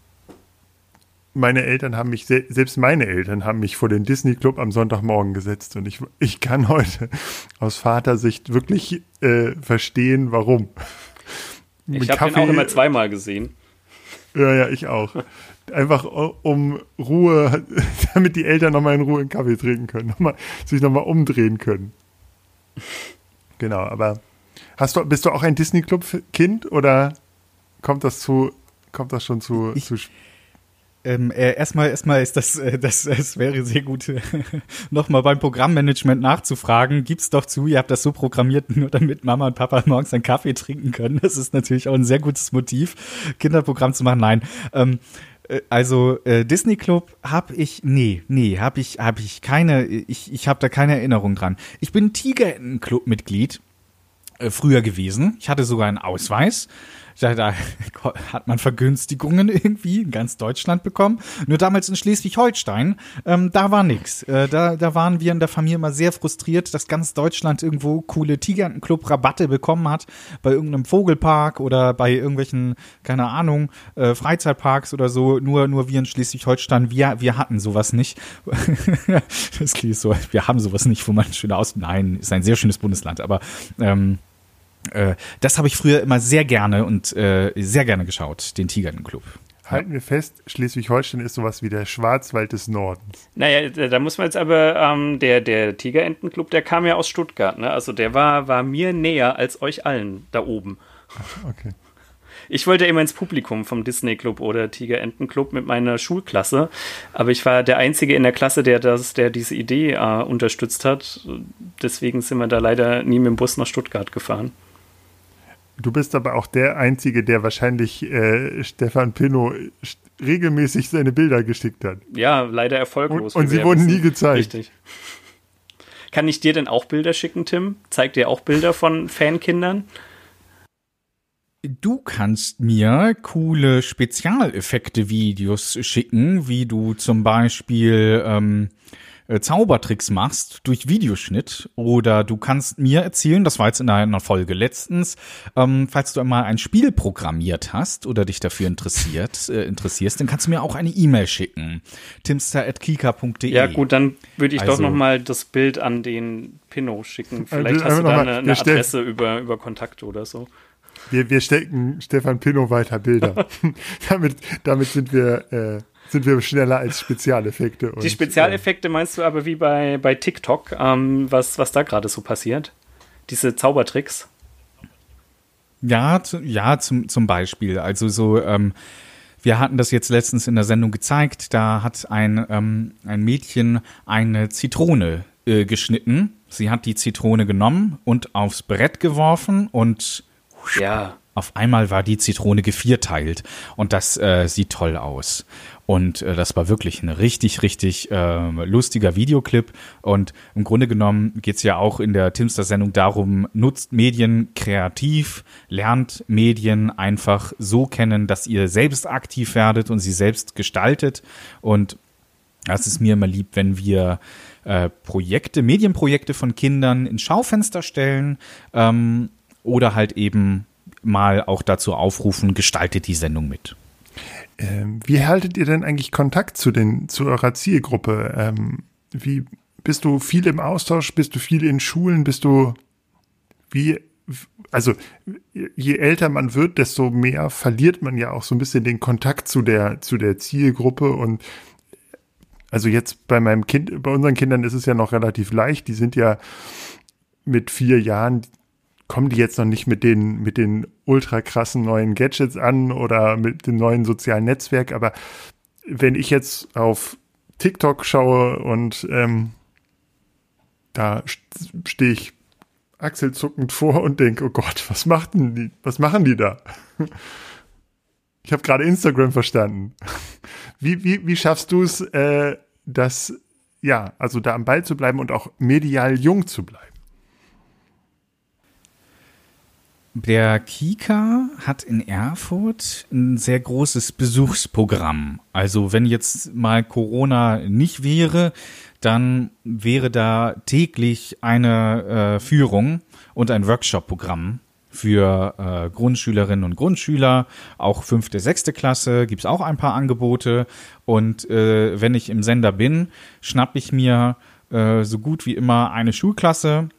Meine Eltern haben mich, selbst meine Eltern haben mich vor den Disney Club am Sonntagmorgen gesetzt und ich, ich kann heute aus Vatersicht wirklich äh, verstehen, warum. Ich habe den auch immer zweimal gesehen. Ja, ja, ich auch. Einfach um Ruhe, damit die Eltern nochmal in Ruhe einen Kaffee trinken können, noch mal, sich nochmal umdrehen können. Genau, aber hast du, bist du auch ein Disney Club Kind oder kommt das zu, kommt das schon zu, ich, zu Ähm, äh, erstmal, erstmal ist das, äh, das, es wäre sehr gut, äh, nochmal beim Programmmanagement nachzufragen. Gibt's doch zu, ihr habt das so programmiert, nur damit Mama und Papa morgens einen Kaffee trinken können. Das ist natürlich auch ein sehr gutes Motiv, Kinderprogramm zu machen. Nein, ähm, äh, also äh, Disney Club habe ich, nee, nee, habe ich, habe ich keine, ich, ich habe da keine Erinnerung dran. Ich bin Tigerentenclub-Mitglied äh, früher gewesen. Ich hatte sogar einen Ausweis. Da, da hat man Vergünstigungen irgendwie in ganz Deutschland bekommen. Nur damals in Schleswig-Holstein, ähm, da war nix. Äh, da, da waren wir in der Familie immer sehr frustriert, dass ganz Deutschland irgendwo coole Tigerentenclub-Rabatte bekommen hat bei irgendeinem Vogelpark oder bei irgendwelchen, keine Ahnung, äh, Freizeitparks oder so. Nur, nur wir in Schleswig-Holstein, wir, wir hatten sowas nicht. Das klingt so, wir haben sowas nicht, wo man schön aus. Nein, ist ein sehr schönes Bundesland, aber ähm, das habe ich früher immer sehr gerne und äh, sehr gerne geschaut, den Tigerentenclub. Halten wir fest, Schleswig-Holstein ist sowas wie der Schwarzwald des Nordens. Naja, da muss man jetzt aber, ähm, der, der Tigerentenclub, der kam ja aus Stuttgart, ne? Also der war, war mir näher als euch allen da oben. Okay. Ich wollte immer ins Publikum vom Disney Club oder Tigerentenclub mit meiner Schulklasse, aber ich war der Einzige in der Klasse, der das, der diese Idee äh, unterstützt hat. Deswegen sind wir da leider nie mit dem Bus nach Stuttgart gefahren. Du bist aber auch der Einzige, der wahrscheinlich äh, Stefan Pinnow regelmäßig seine Bilder geschickt hat. Ja, leider erfolglos. Und, und sie wurden nie gezeigt. Richtig. Kann ich dir denn auch Bilder schicken, Tim? Zeigt dir auch Bilder von Fankindern? Du kannst mir coole Spezialeffekte-Videos schicken, wie du zum Beispiel ähm, Zaubertricks machst durch Videoschnitt, oder du kannst mir erzählen, das war jetzt in einer Folge letztens, ähm, falls du einmal ein Spiel programmiert hast oder dich dafür interessiert, äh, interessierst, dann kannst du mir auch eine E-Mail schicken, timster at kika punkt de. Ja gut, dann würde ich also, doch noch mal das Bild an den Pinnow schicken. Vielleicht hast du da eine, eine Adresse über, über Kontakte oder so. Wir, wir stecken Stefan Pinnow weiter Bilder. damit, damit sind wir... Äh sind wir schneller als Spezialeffekte. Und, die Spezialeffekte meinst du aber wie bei, bei TikTok, ähm, was, was da gerade so passiert? Diese Zaubertricks? Ja, zu, ja zum, zum Beispiel. Also so, ähm, wir hatten das jetzt letztens in der Sendung gezeigt, da hat ein, ähm, ein Mädchen eine Zitrone äh, geschnitten. Sie hat die Zitrone genommen und aufs Brett geworfen und ja. auf einmal war die Zitrone gevierteilt und das äh, sieht toll aus. Und äh, das war wirklich ein richtig, richtig äh, lustiger Videoclip. Und im Grunde genommen geht's ja auch in der Timster-Sendung darum, nutzt Medien kreativ, lernt Medien einfach so kennen, dass ihr selbst aktiv werdet und sie selbst gestaltet. Und das ist mir immer lieb, wenn wir äh, Projekte, Medienprojekte von Kindern ins Schaufenster stellen ähm, oder halt eben mal auch dazu aufrufen, gestaltet die Sendung mit. Ähm, wie haltet ihr denn eigentlich Kontakt zu den zu eurer Zielgruppe? Ähm, wie bist du viel im Austausch? Bist du viel in Schulen? Bist du wie also je älter man wird, desto mehr verliert man ja auch so ein bisschen den Kontakt zu der zu der Zielgruppe. Und also jetzt bei meinem Kind, bei unseren Kindern ist es ja noch relativ leicht. Die sind ja mit vier Jahren, kommen die jetzt noch nicht mit den, mit den ultra krassen neuen Gadgets an oder mit dem neuen sozialen Netzwerk. Aber wenn ich jetzt auf TikTok schaue und ähm, da stehe ich achselzuckend vor und denke, oh Gott, was machten die, was machen die da? Ich habe gerade Instagram verstanden. Wie, wie, wie schaffst du es, äh, das, ja, also da am Ball zu bleiben und auch medial jung zu bleiben? Der Kika hat in Erfurt ein sehr großes Besuchsprogramm. Also wenn jetzt mal Corona nicht wäre, dann wäre da täglich eine äh, Führung und ein Workshop-Programm für äh, Grundschülerinnen und Grundschüler, auch fünfte, sechste Klasse, gibt's auch ein paar Angebote. Und äh, wenn ich im Sender bin, schnapp ich mir äh, so gut wie immer eine Schulklasse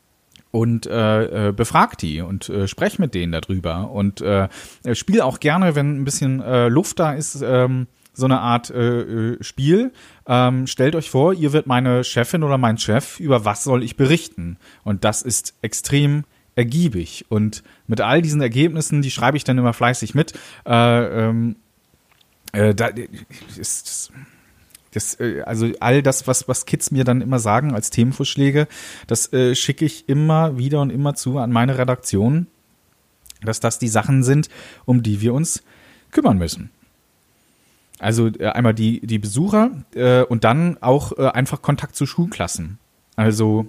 und äh, befrag die und äh, sprech mit denen darüber und äh, spiel auch gerne, wenn ein bisschen äh, Luft da ist, ähm, so eine Art äh, Spiel. Ähm, stellt euch vor, ihr wird meine Chefin oder mein Chef, über was soll ich berichten? Und das ist extrem ergiebig. Und mit all diesen Ergebnissen, die schreibe ich dann immer fleißig mit, äh, ähm, äh, da ist Das, also all das, was, was Kids mir dann immer sagen als Themenvorschläge, das äh, schicke ich immer wieder und immer zu an meine Redaktion, dass das die Sachen sind, um die wir uns kümmern müssen. Also äh, einmal die, die Besucher äh, und dann auch äh, einfach Kontakt zu Schulklassen. Also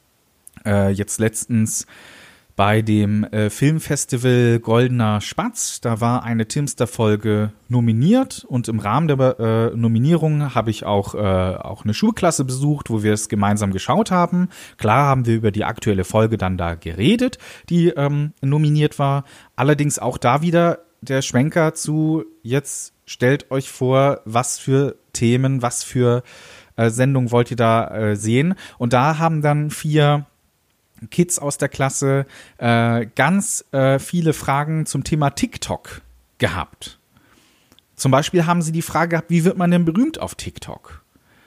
äh, jetzt letztens bei dem äh, Filmfestival Goldener Spatz, da war eine Timster-Folge nominiert und im Rahmen der äh, Nominierung habe ich auch, äh, auch eine Schulklasse besucht, wo wir es gemeinsam geschaut haben. Klar haben wir über die aktuelle Folge dann da geredet, die ähm, nominiert war. Allerdings auch da wieder der Schwenker zu, jetzt stellt euch vor, was für Themen, was für äh, Sendungen wollt ihr da äh, sehen. Und da haben dann vier Kids aus der Klasse äh, ganz äh, viele Fragen zum Thema TikTok gehabt. Zum Beispiel haben sie die Frage gehabt, wie wird man denn berühmt auf TikTok?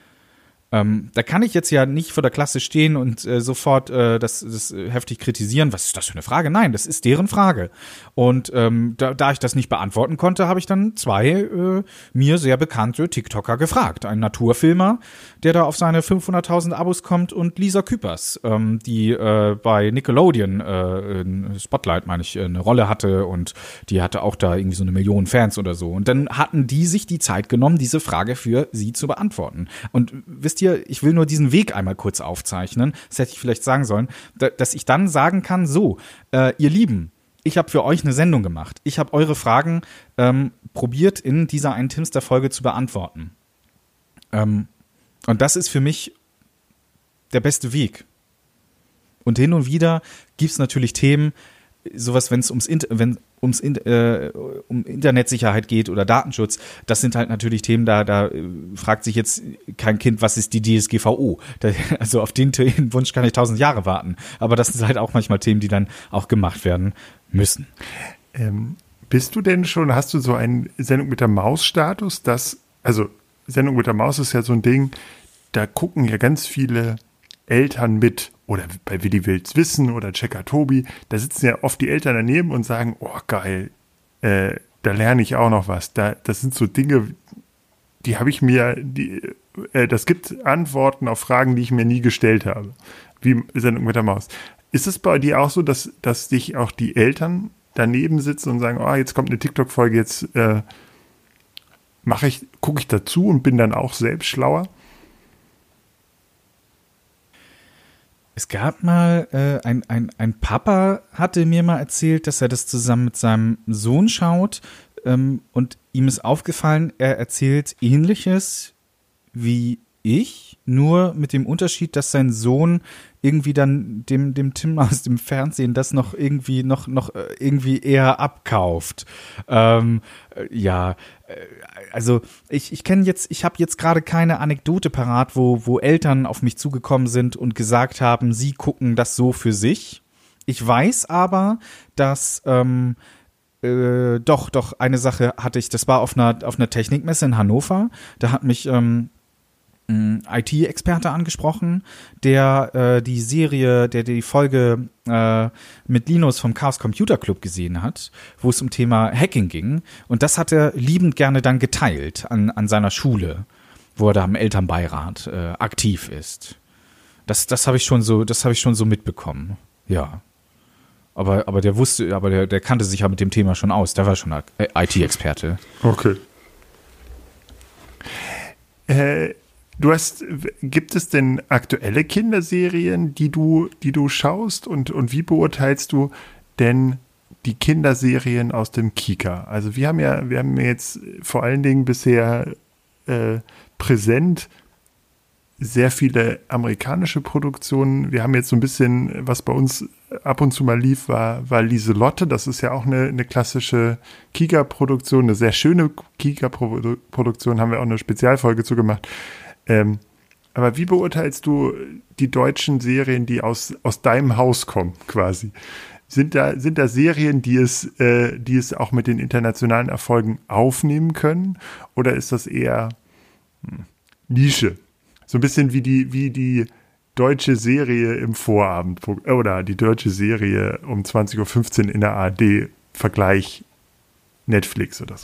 Ähm, da kann ich jetzt ja nicht vor der Klasse stehen und äh, sofort äh, das, das heftig kritisieren. Was ist das für eine Frage? Nein, das ist deren Frage. Und ähm, da, da ich das nicht beantworten konnte, habe ich dann zwei äh, mir sehr bekannte TikToker gefragt. Ein Naturfilmer, der da auf seine fünfhunderttausend Abos kommt, und Lisa Küpers, ähm, die äh, bei Nickelodeon äh, in Spotlight, meine ich, eine Rolle hatte, und die hatte auch da irgendwie so eine Million Fans oder so. Und dann hatten die sich die Zeit genommen, diese Frage für sie zu beantworten. Und wisst ihr, ich will nur diesen Weg einmal kurz aufzeichnen, das hätte ich vielleicht sagen sollen, da, dass ich dann sagen kann, so, äh, ihr Lieben, ich habe für euch eine Sendung gemacht. Ich habe eure Fragen ähm, probiert in dieser einen Timster-Folge zu beantworten. Ähm, und das ist für mich der beste Weg. Und hin und wieder gibt es natürlich Themen, sowas, wenn es ums, Inter- wenn, ums In- äh, um Internetsicherheit geht oder Datenschutz, das sind halt natürlich Themen, da, da äh, fragt sich jetzt kein Kind, was ist die D S G V O? Da, also auf den Wunsch kann ich tausend Jahre warten. Aber das sind halt auch manchmal Themen, die dann auch gemacht werden müssen. Ähm, bist du denn schon, hast du so eine Sendung mit der Maus-Status, dass, also Sendung mit der Maus ist ja so ein Ding, da gucken ja ganz viele Eltern mit, oder bei Willi Will's Wissen oder Checker Tobi, da sitzen ja oft die Eltern daneben und sagen, oh geil, äh, da lerne ich auch noch was. Da, das sind so Dinge, die habe ich mir, die, äh, das gibt Antworten auf Fragen, die ich mir nie gestellt habe. Wie Sendung mit der Maus. Ist es bei dir auch so, dass, dass dich auch die Eltern daneben sitzen und sagen, oh, jetzt kommt eine TikTok-Folge, jetzt äh, mache ich, gucke ich dazu und bin dann auch selbst schlauer? Es gab mal, äh, ein, ein, ein Papa hatte mir mal erzählt, dass er das zusammen mit seinem Sohn schaut, ähm, und ihm ist aufgefallen, er erzählt Ähnliches wie ich, nur mit dem Unterschied, dass sein Sohn irgendwie dann dem, dem Tim aus dem Fernsehen das noch irgendwie noch, noch irgendwie eher abkauft. Ähm, ja, also ich, ich kenne jetzt, ich habe jetzt gerade keine Anekdote parat, wo, wo Eltern auf mich zugekommen sind und gesagt haben, sie gucken das so für sich. Ich weiß aber, dass ähm, äh, doch, doch, eine Sache hatte ich, das war auf einer, auf einer Technikmesse in Hannover, da hat mich ähm, I T-Experte angesprochen, der äh, die Serie, der die Folge äh, mit Linus vom Chaos Computer Club gesehen hat, wo es um Thema Hacking ging. Und das hat er liebend gerne dann geteilt an, an seiner Schule, wo er da im Elternbeirat äh, aktiv ist. Das, das habe ich schon so, das habe ich schon so mitbekommen. Ja. Aber, aber der wusste, aber der, der kannte sich ja mit dem Thema schon aus. Der war schon I T-Experte. Okay. Äh, Du hast, gibt es denn aktuelle Kinderserien, die du, die du schaust, und, und wie beurteilst du denn die Kinderserien aus dem Kika? Also wir haben ja, wir haben jetzt vor allen Dingen bisher äh, präsent sehr viele amerikanische Produktionen. Wir haben jetzt so ein bisschen, was bei uns ab und zu mal lief, war, war Lieselotte. Das ist ja auch eine, eine klassische Kika-Produktion, eine sehr schöne Kika-Produktion, haben wir auch eine Spezialfolge zu gemacht. Ähm, aber wie beurteilst du die deutschen Serien, die aus, aus deinem Haus kommen, quasi? Sind da, sind da Serien, die es, äh, die es auch mit den internationalen Erfolgen aufnehmen können? Oder ist das eher hm, Nische? So ein bisschen wie die, wie die deutsche Serie im Vorabend oder die deutsche Serie um zwanzig Uhr fünfzehn in der A R D, Vergleich Netflix oder so.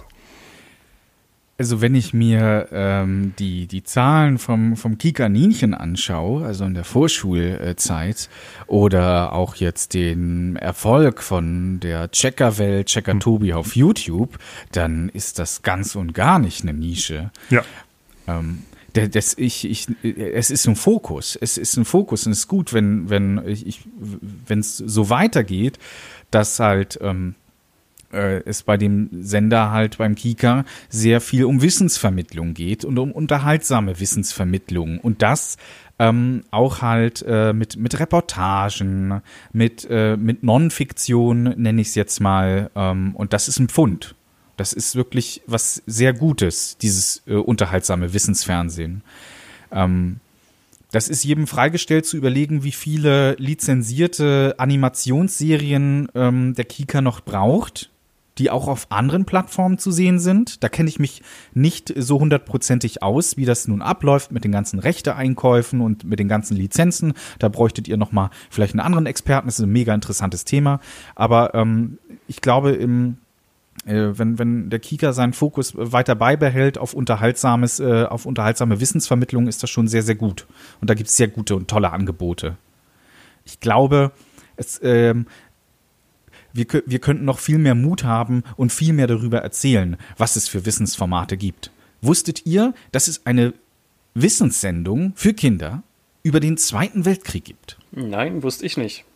Also wenn ich mir ähm, die, die Zahlen vom, vom Kika-Ninchen anschaue, also in der Vorschulzeit, oder auch jetzt den Erfolg von der Checker-Welt, Checker-Tobi auf YouTube, dann ist das ganz und gar nicht eine Nische. Ja. Ähm, der, das, ich, ich, es ist ein Fokus. Es ist ein Fokus und es ist gut, wenn wenn ich, wenn es so weitergeht, dass halt ähm, es bei dem Sender halt beim Kika sehr viel um Wissensvermittlung geht und um unterhaltsame Wissensvermittlung und das ähm, auch halt äh, mit mit Reportagen, mit äh, mit Non-Fiktion nenne ich es jetzt mal, ähm, und das ist ein Pfund. Das ist wirklich was sehr Gutes, dieses äh, unterhaltsame Wissensfernsehen. Ähm, Das ist jedem freigestellt zu überlegen, wie viele lizenzierte Animationsserien ähm, der Kika noch braucht, die auch auf anderen Plattformen zu sehen sind. Da kenne ich mich nicht so hundertprozentig aus, wie das nun abläuft mit den ganzen Rechteeinkäufen und mit den ganzen Lizenzen. Da bräuchtet ihr noch mal vielleicht einen anderen Experten. Das ist ein mega interessantes Thema. Aber ähm, ich glaube, im äh, wenn, wenn der Kika seinen Fokus weiter beibehält auf unterhaltsames, äh, auf unterhaltsame Wissensvermittlung, ist das schon sehr, sehr gut. Und da gibt es sehr gute und tolle Angebote. Ich glaube, es ähm, Wir, wir könnten noch viel mehr Mut haben und viel mehr darüber erzählen, was es für Wissensformate gibt. Wusstet ihr, dass es eine Wissenssendung für Kinder über den Zweiten Weltkrieg gibt? Nein, wusste ich nicht.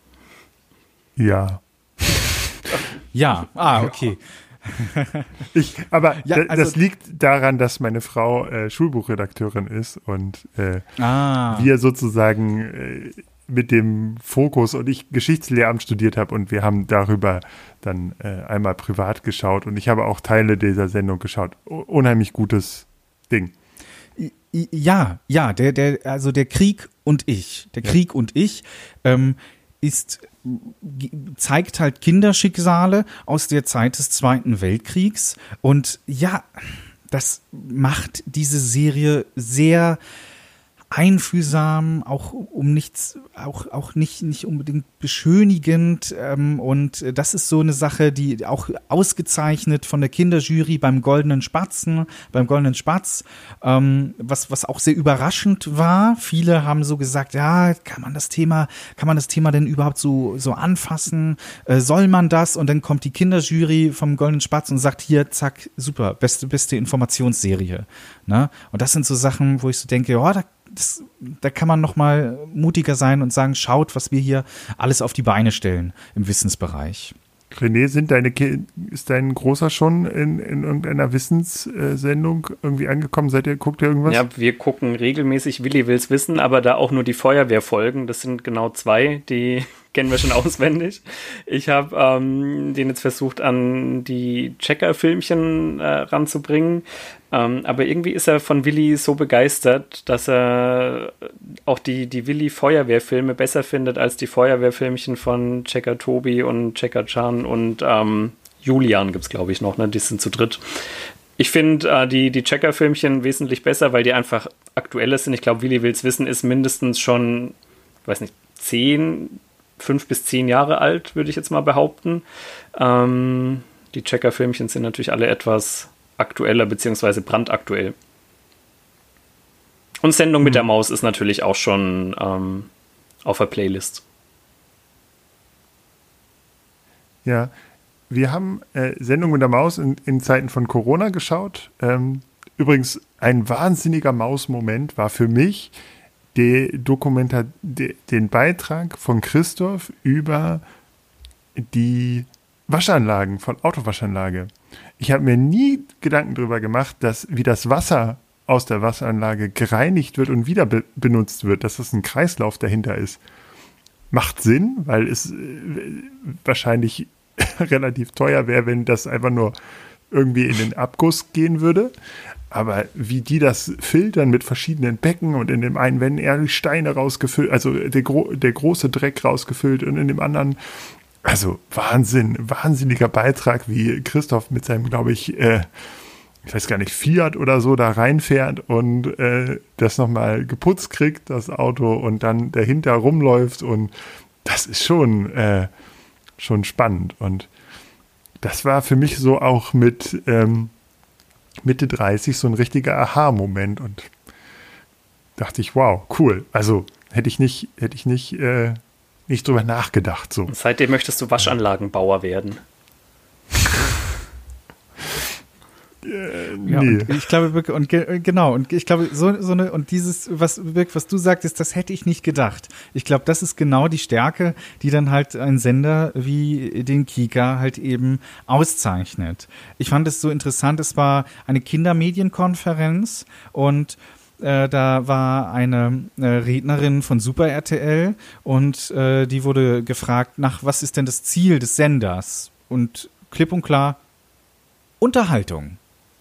Ja. Ja, ah, okay. Ich, aber ja, also, das liegt daran, dass meine Frau äh, Schulbuchredakteurin ist und äh, ah. wir sozusagen äh, mit dem Fokus und ich Geschichtslehramt studiert habe und wir haben darüber dann äh, einmal privat geschaut und ich habe auch Teile dieser Sendung geschaut. Unheimlich gutes Ding. Ja, ja, der, der, also der Krieg und ich, der ja. Krieg und ich ähm, ist, zeigt halt Kinderschicksale aus der Zeit des Zweiten Weltkriegs und ja, das macht diese Serie sehr einfühlsam, auch um nichts, auch, auch nicht, nicht unbedingt beschönigend. Ähm, und das ist so eine Sache, die auch ausgezeichnet von der Kinderjury beim Goldenen Spatzen, beim Goldenen Spatz, ähm, was, was auch sehr überraschend war. Viele haben so gesagt, ja, kann man das Thema, kann man das Thema denn überhaupt so, so anfassen? Äh, soll man das? Und dann kommt die Kinderjury vom Goldenen Spatz und sagt, hier, zack, super, beste, beste Informationsserie. Ne? Und das sind so Sachen, wo ich so denke, ja, da, das, da kann man noch mal mutiger sein und sagen, schaut, was wir hier alles auf die Beine stellen im Wissensbereich. René, sind deine Ki- ist dein Großer schon in, in irgendeiner Wissenssendung irgendwie angekommen? Seid ihr, guckt ihr irgendwas? Ja, wir gucken regelmäßig Willi will's wissen, aber da auch nur die Feuerwehrfolgen. Das sind genau zwei, die kennen wir schon auswendig. Ich habe ähm, den jetzt versucht, an die Checker-Filmchen äh, ranzubringen. Ähm, aber irgendwie ist er von Willi so begeistert, dass er auch die, die Willi-Feuerwehrfilme besser findet als die Feuerwehrfilmchen von Checker Tobi und Checker Chan und ähm, Julian gibt's, glaube ich, noch, ne? Die sind zu dritt. Ich finde äh, die, die Checker-Filmchen wesentlich besser, weil die einfach aktueller sind. Ich glaube, Willi will's wissen ist mindestens schon, weiß nicht, zehn, fünf bis zehn Jahre alt, würde ich jetzt mal behaupten. Ähm, die Checker-Filmchen sind natürlich alle etwas aktueller beziehungsweise brandaktuell. Und Sendung mit der Maus ist natürlich auch schon ähm, auf der Playlist. Ja, wir haben äh, Sendung mit der Maus in, in Zeiten von Corona geschaut. Ähm, übrigens, ein wahnsinniger Mausmoment war für mich die Dokumenta- de, den Beitrag von Christoph über die Waschanlagen, von Autowaschanlage. Ich habe mir nie Gedanken darüber gemacht, dass wie das Wasser aus der Waschanlage gereinigt wird und wieder be- benutzt wird, dass das ein Kreislauf dahinter ist. Macht Sinn, weil es äh, wahrscheinlich relativ teuer wäre, wenn das einfach nur irgendwie in den Abguss gehen würde. Aber wie die das filtern mit verschiedenen Becken und in dem einen werden eher die Steine rausgefüllt, also der, gro- der große Dreck rausgefüllt und in dem anderen, also Wahnsinn, wahnsinniger Beitrag, wie Christoph mit seinem, glaube ich, äh, ich weiß gar nicht, Fiat oder so da reinfährt und äh, das nochmal geputzt kriegt, das Auto, und dann dahinter rumläuft, und das ist schon, äh, schon spannend. Und das war für mich so auch mit ähm, Mitte dreißig so ein richtiger Aha-Moment, und dachte ich, wow, cool. Also hätte ich nicht, hätte ich nicht, äh, nicht drüber nachgedacht. So. Und seitdem möchtest du Waschanlagenbauer werden. Äh, Ja, nee. und ich glaube wirklich, und ge- genau, und ich glaube, so, so eine, und dieses, was wirklich, was du sagtest, das hätte ich nicht gedacht. Ich glaube, das ist genau die Stärke, die dann halt ein Sender wie den Kika halt eben auszeichnet. Ich fand es so interessant, es war eine Kindermedienkonferenz, und äh, da war eine äh, Rednerin von Super R T L, und äh, die wurde gefragt, nach was ist denn das Ziel des Senders? Und klipp und klar, Unterhaltung.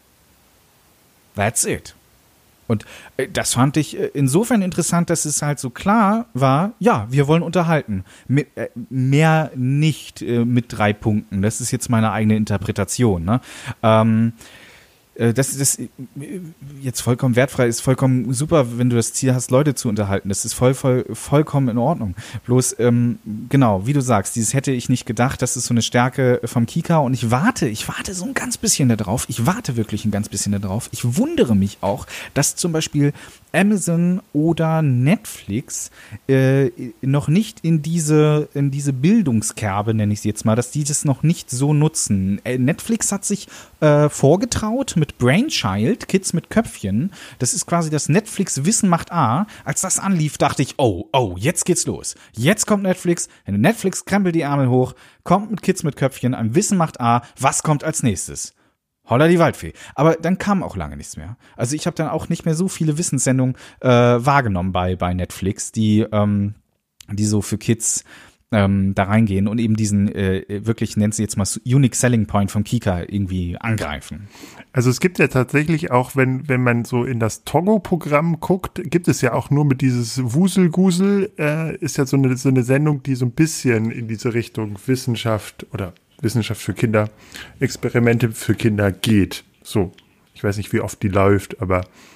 That's it. Und äh, das fand ich äh, insofern interessant, dass es halt so klar war, ja, wir wollen unterhalten. Mit, äh, mehr nicht äh, mit drei Punkten. Das ist jetzt meine eigene Interpretation. Ne? Ähm, äh, das ist äh, jetzt vollkommen wertfrei, ist vollkommen super, wenn du das Ziel hast, Leute zu unterhalten. Das ist voll, voll, vollkommen in Ordnung. Bloß, ähm, genau, wie du sagst, dieses hätte ich nicht gedacht, das ist so eine Stärke vom Kika, und ich warte, ich warte so ein ganz bisschen darauf, ich warte wirklich ein ganz bisschen darauf. Ich wundere mich auch, dass zum Beispiel Amazon oder Netflix äh, noch nicht in diese, in diese Bildungskerbe, nenne ich sie jetzt mal, dass die das noch nicht so nutzen. Äh, Netflix hat sich äh, vorgetraut mit Brainchild, Kids mit Köpfchen. Das ist quasi das Netflix Wissen macht A. Als das anlief, dachte ich, oh, oh, jetzt geht's los. Jetzt kommt Netflix, Netflix krempelt die Ärmel hoch, kommt mit Kids mit Köpfchen, ein Wissen macht A. Was kommt als nächstes? Holla die Waldfee. Aber dann kam auch lange nichts mehr. Also ich habe dann auch nicht mehr so viele Wissenssendungen äh, wahrgenommen bei, bei Netflix, die, ähm, die so für Kids ähm, da reingehen und eben diesen äh, wirklich, nennen sie jetzt mal Unique Selling Point vom Kika irgendwie angreifen. Also es gibt ja tatsächlich auch, wenn, wenn man so in das Togo-Programm guckt, gibt es ja auch nur mit dieses Wuselgusel, äh, ist ja so eine, so eine Sendung, die so ein bisschen in diese Richtung Wissenschaft oder Wissenschaft für Kinder, Experimente für Kinder geht. So, ich weiß nicht, wie oft die läuft, aber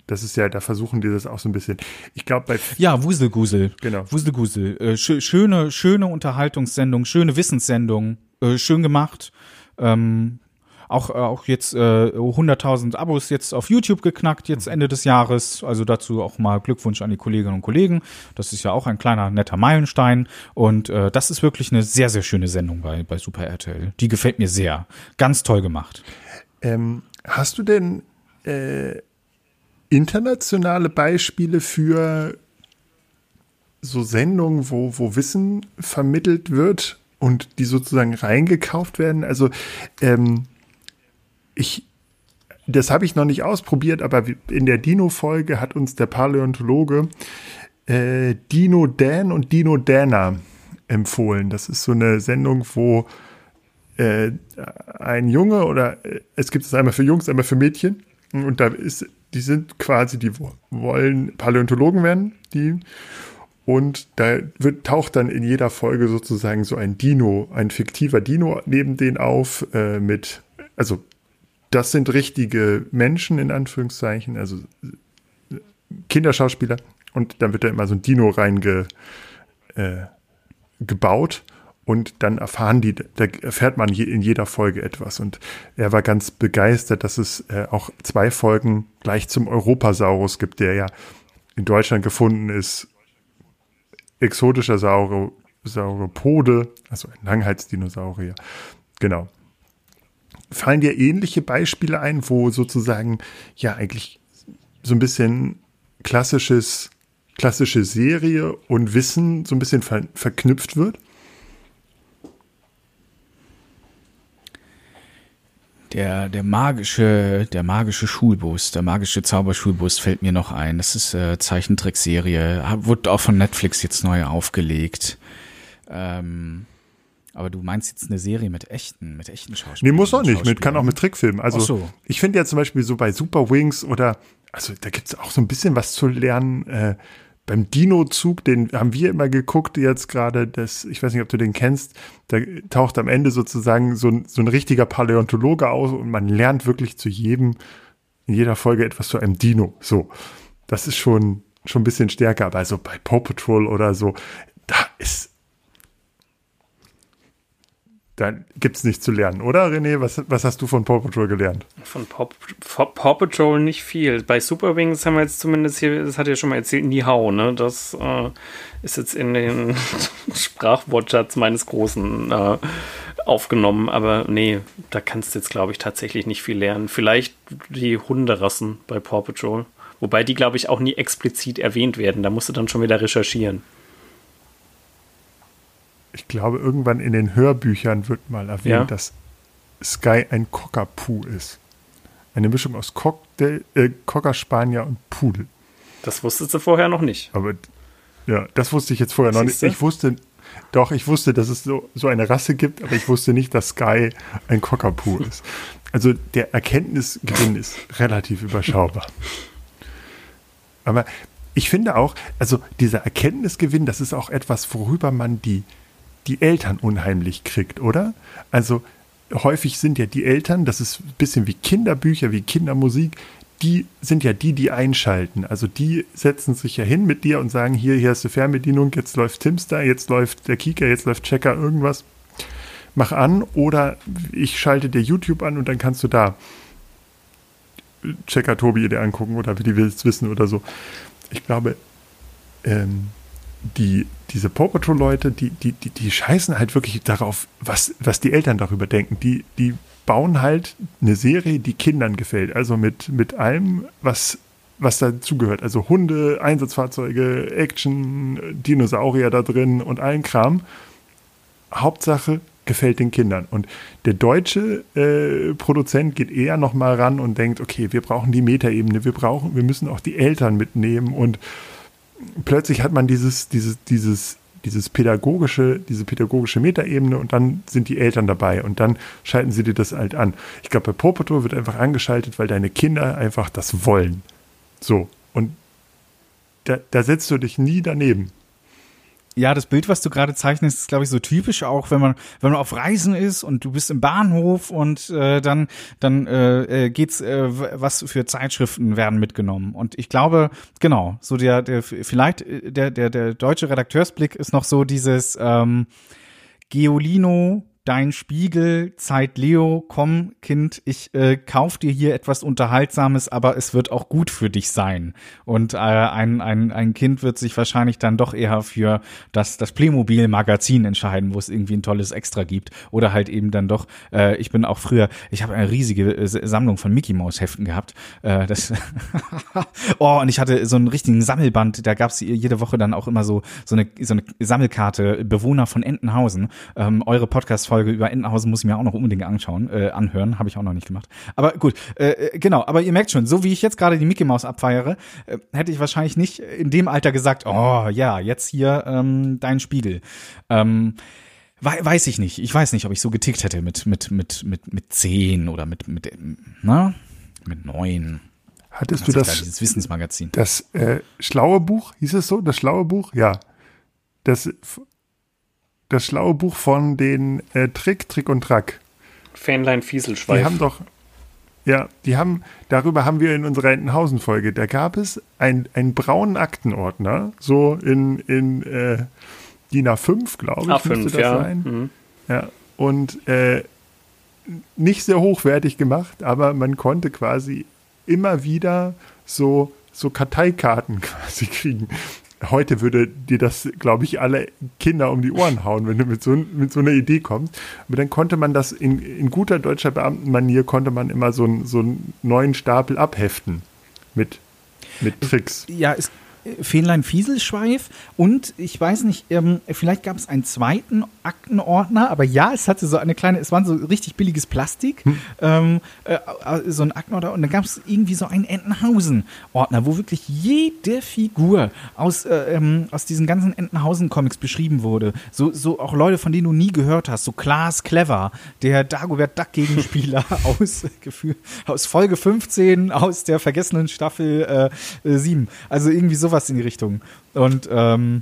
Das ist ja, da versuchen die das auch so ein bisschen. Ich glaube, bei. Ja, Wuselgusel. Genau. Wuselgusel. Äh, sch- schöne, schöne Unterhaltungssendung, schöne Wissenssendung, äh, schön gemacht. Ähm, auch, äh, auch jetzt äh, hunderttausend Abos jetzt auf YouTube geknackt, jetzt Ende des Jahres. Also dazu auch mal Glückwunsch an die Kolleginnen und Kollegen. Das ist ja auch ein kleiner, netter Meilenstein. Und äh, das ist wirklich eine sehr, sehr schöne Sendung bei, bei Super R T L. Die gefällt mir sehr. Ganz toll gemacht. Ähm, hast du denn äh, internationale Beispiele für so Sendungen, wo, wo Wissen vermittelt wird und die sozusagen reingekauft werden? Also ähm, ich, das habe ich noch nicht ausprobiert, aber in der Dino-Folge hat uns der Paläontologe äh, Dino Dan und Dino Dana empfohlen. Das ist so eine Sendung, wo äh, ein Junge oder äh, es gibt es einmal für Jungs, einmal für Mädchen und da ist, die sind quasi, die wollen Paläontologen werden, die und da wird, taucht dann in jeder Folge sozusagen so ein Dino, ein fiktiver Dino neben denen auf äh, mit, also das sind richtige Menschen in Anführungszeichen, also Kinderschauspieler und dann wird da immer so ein Dino reinge äh, gebaut und dann erfahren die, da erfährt man je, in jeder Folge etwas und er war ganz begeistert, dass es äh, auch zwei Folgen gleich zum Europasaurus gibt, der ja in Deutschland gefunden ist, exotischer Sauro, Sauropode, also ein Langhalsdinosaurier, genau. Fallen dir ähnliche Beispiele ein, wo sozusagen ja eigentlich so ein bisschen klassisches, klassische Serie und Wissen so ein bisschen ver- verknüpft wird? Der, der magische, der magische Schulbus, der magische Zauberschulbus fällt mir noch ein. Das ist äh, Zeichentrickserie, wurde auch von Netflix jetzt neu aufgelegt. Ähm, aber du meinst jetzt eine Serie mit echten, mit echten Schauspielern? Nee, muss auch nicht, mit, kann auch mit Trickfilmen. Also Ach so. Ich finde ja zum Beispiel so bei Super Wings oder, also da gibt es auch so ein bisschen was zu lernen. Äh, beim Dino-Zug, den haben wir immer geguckt jetzt gerade, das, ich weiß nicht, ob du den kennst, da taucht am Ende sozusagen so ein, so ein richtiger Paläontologe aus und man lernt wirklich zu jedem, in jeder Folge etwas zu einem Dino. So, das ist schon, schon ein bisschen stärker, aber so bei Paw Patrol oder so, da ist Da gibt's nichts zu lernen, oder René? Was, was hast du von Paw Patrol gelernt? Von Paw, Paw Patrol nicht viel. Bei Super Wings haben wir jetzt zumindest hier, das hat ja schon mal erzählt, Ni Hao, ne? Das äh, ist jetzt in den Sprachwortschatz meines Großen äh, aufgenommen. Aber nee, da kannst du jetzt, glaube ich, tatsächlich nicht viel lernen. Vielleicht die Hunderassen bei Paw Patrol. Wobei die, glaube ich, auch nie explizit erwähnt werden. Da musst du dann schon wieder recherchieren. Ich glaube, irgendwann in den Hörbüchern wird mal erwähnt, ja, dass Sky ein Cockapoo ist. Eine Mischung aus Cocktail, äh, Cocker Spanier und Pudel. Das wusstest du vorher noch nicht. Aber ja, das wusste ich jetzt vorher noch nicht. Ich wusste, doch, ich wusste, dass es so, so eine Rasse gibt, aber ich wusste nicht, dass Sky ein Cockapoo ist. Also der Erkenntnisgewinn ist relativ überschaubar. Aber ich finde auch, also dieser Erkenntnisgewinn, das ist auch etwas, worüber man die die Eltern unheimlich kriegt, oder? Also häufig sind ja die Eltern, das ist ein bisschen wie Kinderbücher, wie Kindermusik, die sind ja die, die einschalten. Also die setzen sich ja hin mit dir und sagen, hier, hier hast du Fernbedienung, jetzt läuft Timstar, jetzt läuft der Kika, jetzt läuft Checker, irgendwas. Mach an oder ich schalte dir YouTube an und dann kannst du da Checker Tobi dir angucken oder wie die willst wissen oder so. Ich glaube, ähm, die, diese Paw Patrol-Leute, die, die, die, die scheißen halt wirklich darauf, was, was die Eltern darüber denken. Die, die bauen halt eine Serie, die Kindern gefällt. Also mit, mit allem, was, was dazugehört. Also Hunde, Einsatzfahrzeuge, Action, Dinosaurier da drin und allen Kram. Hauptsache gefällt den Kindern. Und der deutsche äh, Produzent geht eher nochmal ran und denkt, okay, wir brauchen die Metaebene, wir brauchen, wir müssen auch die Eltern mitnehmen und plötzlich hat man dieses, dieses, dieses, dieses pädagogische, diese pädagogische Metaebene und dann sind die Eltern dabei und dann schalten sie dir das halt an. Ich glaube, bei Paw Patrol wird einfach angeschaltet, weil deine Kinder einfach das wollen. So. Und da, da setzt du dich nie daneben. Ja, das Bild, was du gerade zeichnest, ist, glaube ich, so typisch auch, wenn man wenn man auf Reisen ist und du bist im Bahnhof und äh, dann dann äh, geht's äh, was für Zeitschriften werden mitgenommen. Und ich glaube, genau, so der der vielleicht der der der deutsche Redakteursblick ist noch so dieses ähm, Geolino, dein Spiegel, Zeit Leo, komm, Kind, ich äh, kauf dir hier etwas Unterhaltsames, aber es wird auch gut für dich sein. Und äh, ein, ein, ein Kind wird sich wahrscheinlich dann doch eher für das, das Playmobil-Magazin entscheiden, wo es irgendwie ein tolles Extra gibt. Oder halt eben dann doch, äh, ich bin auch früher, ich habe eine riesige äh, Sammlung von Mickey-Maus-Heften gehabt. Äh, das oh, und ich hatte so einen richtigen Sammelband, da gab es jede Woche dann auch immer so, so, eine, so eine Sammelkarte, Bewohner von Entenhausen. Ähm, eure Podcast-Folge über Entenhausen muss ich mir auch noch unbedingt anschauen, äh, anhören, habe ich auch noch nicht gemacht. Aber gut, äh, genau, aber ihr merkt schon, so wie ich jetzt gerade die Mickey Maus abfeiere, äh, hätte ich wahrscheinlich nicht in dem Alter gesagt, oh ja, jetzt hier ähm, dein Spiegel. Ähm, we- weiß ich nicht. Ich weiß nicht, ob ich so getickt hätte mit mit mit mit mit zehn oder mit mit na, mit neun. Hattest du das da dieses Wissensmagazin? Das äh, schlaue Buch, hieß es so? Das schlaue Buch? Ja. Das Das schlaue Buch von den äh, Trick, Trick und Track. Fähnlein Fieselschweif. Die haben doch, ja, die haben, darüber haben wir in unserer Entenhausen-Folge, da gab es ein, einen braunen Aktenordner, so in, in äh, D I N A fünf, glaube ich, A fünf, müsste das ja. sein. Mhm. Ja, und äh, nicht sehr hochwertig gemacht, aber man konnte quasi immer wieder so, so Karteikarten quasi kriegen. Heute würde dir das, glaube ich, alle Kinder um die Ohren hauen, wenn du mit so, mit so einer Idee kommst. Aber dann konnte man das in, in guter deutscher Beamtenmanier, konnte man immer so, ein, so einen neuen Stapel abheften mit, mit Tricks. Ja, es Fähnlein Fieselschweif und ich weiß nicht, ähm, vielleicht gab es einen zweiten Aktenordner, aber ja, es hatte so eine kleine, es war so richtig billiges Plastik, hm. ähm, äh, so ein Aktenordner und dann gab es irgendwie so einen Entenhausen-Ordner, wo wirklich jede Figur aus, äh, ähm, aus diesen ganzen Entenhausen-Comics beschrieben wurde. So, so auch Leute, von denen du nie gehört hast, so Klaas Clever, der Dagobert Duck-Gegenspieler aus, Gefühl, aus Folge fünfzehn, aus der vergessenen Staffel äh, sieben. Also irgendwie so sowas in die Richtung. Und ähm,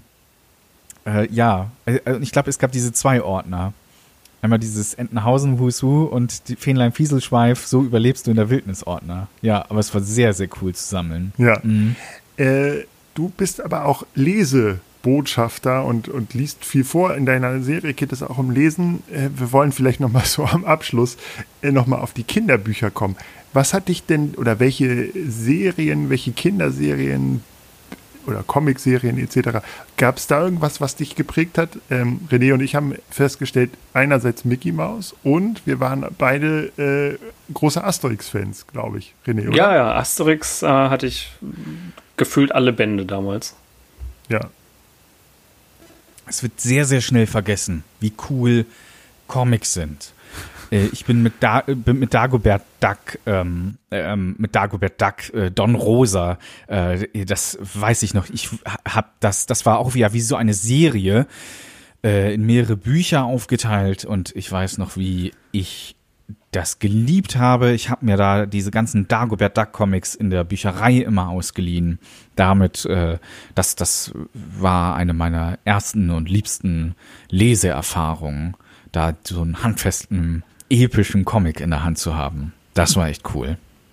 äh, ja, äh, ich glaube, es gab diese zwei Ordner. Einmal dieses Entenhausen Who's Who und die Fähnlein Fieselschweif, so überlebst du in der Wildnis Ordner. Ja, aber es war sehr, sehr cool zu sammeln. Ja. Mhm. Äh, du bist aber auch Lesebotschafter und, und liest viel vor. In deiner Serie geht es auch um Lesen. Äh, wir wollen vielleicht nochmal so am Abschluss äh, nochmal auf die Kinderbücher kommen. Was hat dich denn, oder welche Serien, welche Kinderserien oder Comicserien et cetera. Gab es da irgendwas, was dich geprägt hat? Ähm, René und ich haben festgestellt, einerseits Mickey Mouse und wir waren beide äh, große Asterix-Fans, glaube ich. René, oder? Ja, ja, Asterix äh, hatte ich gefühlt alle Bände damals. Ja. Es wird sehr, sehr schnell vergessen, wie cool Comics sind. Ich bin mit, da, bin mit Dagobert Duck, ähm, ähm, mit Dagobert Duck, äh, Don Rosa, äh, das weiß ich noch. Ich hab das, das war auch wieder wie so eine Serie äh, in mehrere Bücher aufgeteilt und ich weiß noch, wie ich das geliebt habe. Ich habe mir da diese ganzen Dagobert Duck Comics in der Bücherei immer ausgeliehen. Damit, äh, das, das war eine meiner ersten und liebsten Leseerfahrungen, da so einen handfesten epischen Comic in der Hand zu haben. Das war echt cool.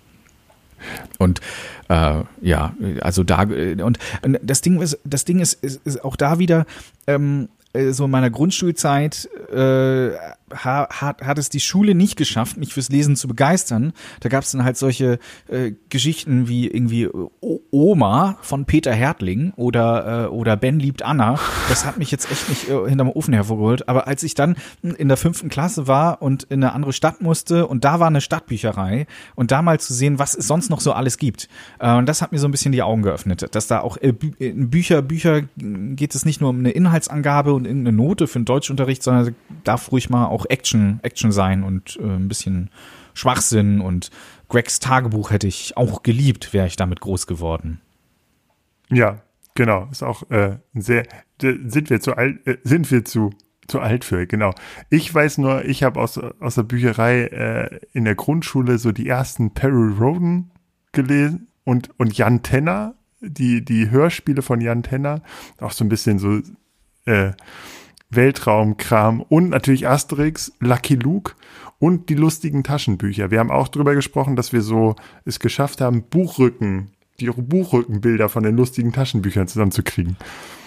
Und äh, ja, also da und, und das Ding ist, das Ding ist, ist, ist auch da wieder ähm, so in meiner Grundschulzeit äh, hat, hat es die Schule nicht geschafft, mich fürs Lesen zu begeistern. Da gab es dann halt solche äh, Geschichten wie irgendwie o- Oma von Peter Hertling oder, äh, oder Ben liebt Anna. Das hat mich jetzt echt nicht äh, hinterm Ofen hervorgeholt. Aber als ich dann in der fünften Klasse war und in eine andere Stadt musste und da war eine Stadtbücherei und da mal zu sehen, was es sonst noch so alles gibt. Äh, und das hat mir so ein bisschen die Augen geöffnet, dass da auch äh, Bü- in Bücher, Bücher geht es nicht nur um eine Inhaltsangabe und irgendeine Note für den Deutschunterricht, sondern darf ruhig mal auch Action, Action sein und äh, ein bisschen Schwachsinn und Gregs Tagebuch hätte ich auch geliebt, wäre ich damit groß geworden. Ja, genau. Ist auch äh, sehr, sind wir zu alt, äh, sind wir zu, zu alt für, genau. Ich weiß nur, ich habe aus, aus der Bücherei äh, in der Grundschule so die ersten Perry Rhodan gelesen und, und Jan Tenner, die, die Hörspiele von Jan Tenner, auch so ein bisschen so äh, Weltraumkram und natürlich Asterix, Lucky Luke und die lustigen Taschenbücher. Wir haben auch drüber gesprochen, dass wir so es geschafft haben, Buchrücken, die Buchrückenbilder von den lustigen Taschenbüchern zusammenzukriegen.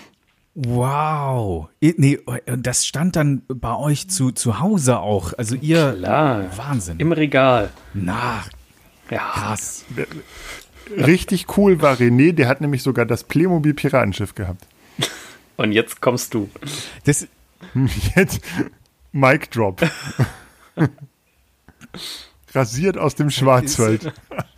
Wow. Nee, das stand dann bei euch zu, zu Hause auch. Also ihr, Klar. Wahnsinn. Im Regal. Na, Ja. krass. Richtig cool war René, der hat nämlich sogar das Playmobil-Piratenschiff gehabt. Und jetzt kommst du. Das, Jetzt Mic Drop. Rasiert aus dem Schwarzwald.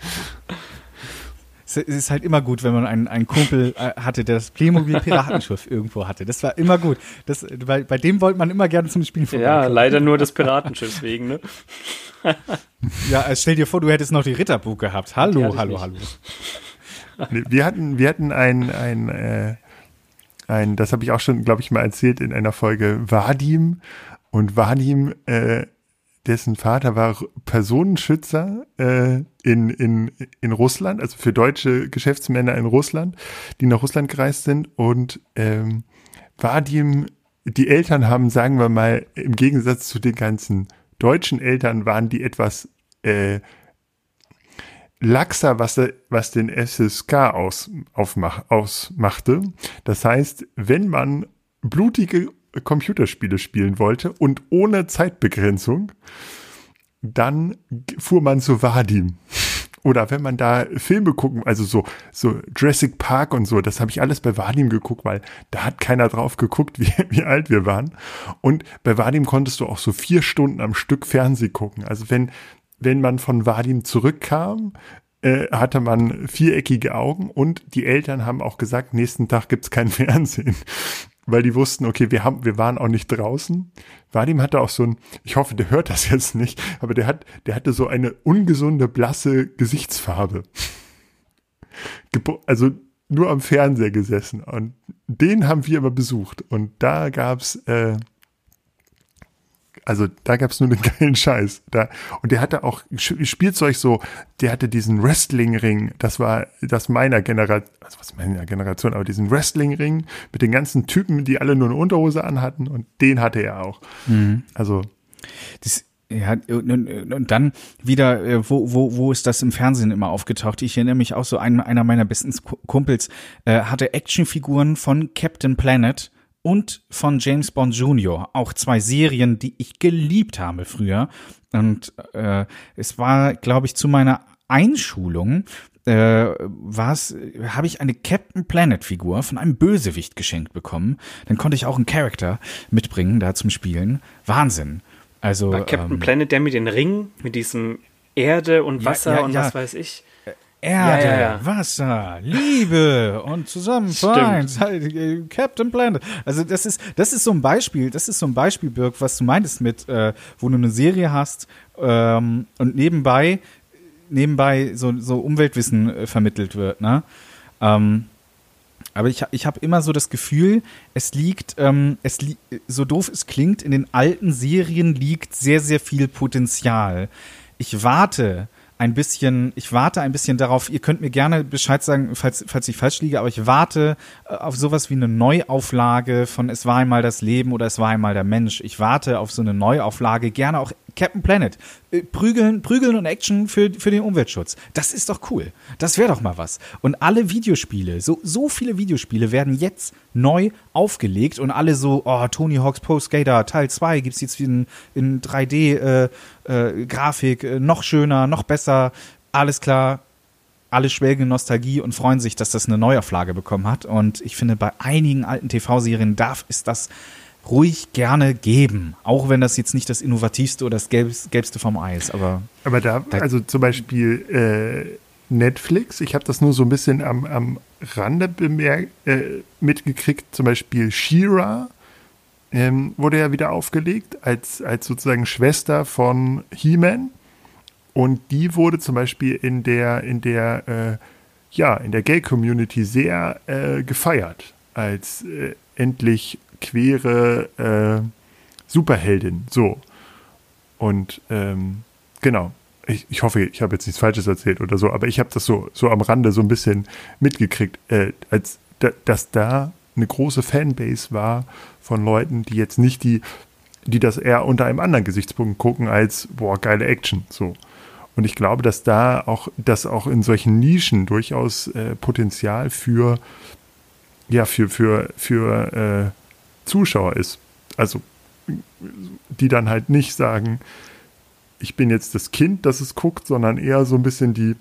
es ist halt immer gut, wenn man einen, einen Kumpel äh, hatte, der das Playmobil-Piratenschiff irgendwo hatte. Das war immer gut. Das, bei, bei dem wollte man immer gerne zum Spielen vorbeikommen. Ja, leider nur des Piratenschiffs wegen, ne? Ja, also stell dir vor, du hättest noch die Ritterburg gehabt. Hallo, Die hatte ich hallo, nicht. hallo. Nee, wir hatten, wir hatten ein, ein, äh, ein, das habe ich auch schon, glaube ich, mal erzählt in einer Folge, Vadim. Und Vadim, äh, dessen Vater war Personenschützer äh, in, in, in Russland, also für deutsche Geschäftsmänner in Russland, die nach Russland gereist sind. Und ähm, Vadim, die Eltern haben, sagen wir mal, im Gegensatz zu den ganzen deutschen Eltern, waren die etwas äh, laxer, was, der, was den S S K aus, aufmach, ausmachte. Das heißt, wenn man blutige Computerspiele spielen wollte und ohne Zeitbegrenzung, dann fuhr man zu Vadim. Oder wenn man da Filme gucken, also so, so Jurassic Park und so, das habe ich alles bei Vadim geguckt, weil da hat keiner drauf geguckt, wie, wie alt wir waren. Und bei Vadim konntest du auch so vier Stunden am Stück Fernsehen gucken. Also wenn, wenn man von Vadim zurückkam, äh, hatte man viereckige Augen und die Eltern haben auch gesagt, nächsten Tag gibt's kein Fernsehen. Weil die wussten, okay, wir haben, wir waren auch nicht draußen. Vadim hatte auch so ein, ich hoffe, der hört das jetzt nicht, aber der hat, der hatte so eine ungesunde, blasse Gesichtsfarbe. Gebo- also nur am Fernseher gesessen. Und den haben wir immer besucht. Und da gab's, äh, also da gab's nur den geilen Scheiß. Da, und der hatte auch Spielzeug so, der hatte diesen Wrestling-Ring, das war das meiner Generation, also was meiner Generation, aber diesen Wrestling-Ring mit den ganzen Typen, die alle nur eine Unterhose anhatten und den hatte er auch. Mhm. Also. Das, ja, und, und dann wieder, wo, wo, wo ist das im Fernsehen immer aufgetaucht? Ich erinnere mich auch so, ein, einer meiner besten Kumpels äh, hatte Actionfiguren von Captain Planet und von James Bond Junior, auch zwei Serien, die ich geliebt habe früher. Und äh, es war, glaube ich, zu meiner Einschulung, äh, war's, habe ich eine Captain Planet Figur von einem Bösewicht geschenkt bekommen. Dann konnte ich auch einen Charakter mitbringen da zum Spielen. Wahnsinn. Also war Captain ähm, Planet der mit den Ringen, mit diesem Erde und Wasser ja, ja, und ja. was weiß ich? Erde, ja, ja, ja. Wasser, Liebe und zusammen vereint, Captain Planet. Also das ist, das ist so ein Beispiel, das ist so ein Beispiel, Birk, was du meintest mit, äh, wo du eine Serie hast ähm, und nebenbei, nebenbei so, so Umweltwissen äh, vermittelt wird, ne? Ähm, aber ich, ich habe immer so das Gefühl, es liegt, ähm, es li- so doof es klingt, in den alten Serien liegt sehr, sehr viel Potenzial. Ich warte ein bisschen, ich warte ein bisschen darauf, ihr könnt mir gerne Bescheid sagen, falls, falls ich falsch liege, aber ich warte auf sowas wie eine Neuauflage von Es war einmal das Leben oder Es war einmal der Mensch. Ich warte auf so eine Neuauflage, gerne auch Captain Planet. Prügeln, Prügeln und Action für, für den Umweltschutz. Das ist doch cool. Das wäre doch mal was. Und alle Videospiele, so, so viele Videospiele werden jetzt neu aufgelegt und alle so, oh, Tony Hawk's Pro Skater Teil zwei gibt's jetzt in, in drei D äh, äh, Grafik, äh, noch schöner, noch besser, alles klar. Alle schwelgen in Nostalgie und freuen sich, dass das eine Neuauflage bekommen hat. Und ich finde, bei einigen alten T V-Serien darf es das ruhig gerne geben. Auch wenn das jetzt nicht das Innovativste oder das Gelbste vom Ei ist. Aber, aber da, da, also zum Beispiel äh, Netflix, ich habe das nur so ein bisschen am, am Rande bemerkt, äh, mitgekriegt, zum Beispiel She-Ra ähm, wurde ja wieder aufgelegt als, als sozusagen Schwester von He-Man. Und die wurde zum Beispiel in der, in der, äh, ja, in der Gay-Community sehr äh, gefeiert als äh, endlich queere äh, Superheldin. So. Und ähm, genau. Ich, ich hoffe, ich habe jetzt nichts Falsches erzählt oder so, aber ich habe das so, so am Rande so ein bisschen mitgekriegt, äh, als da, dass da eine große Fanbase war von Leuten, die jetzt nicht die, die das eher unter einem anderen Gesichtspunkt gucken als, boah, geile Action, so. Und ich glaube, dass da auch, dass auch in solchen Nischen durchaus äh, Potenzial für, ja, für, für, für äh, Zuschauer ist. Also, die dann halt nicht sagen, ich bin jetzt das Kind, das es guckt, sondern eher so ein bisschen die,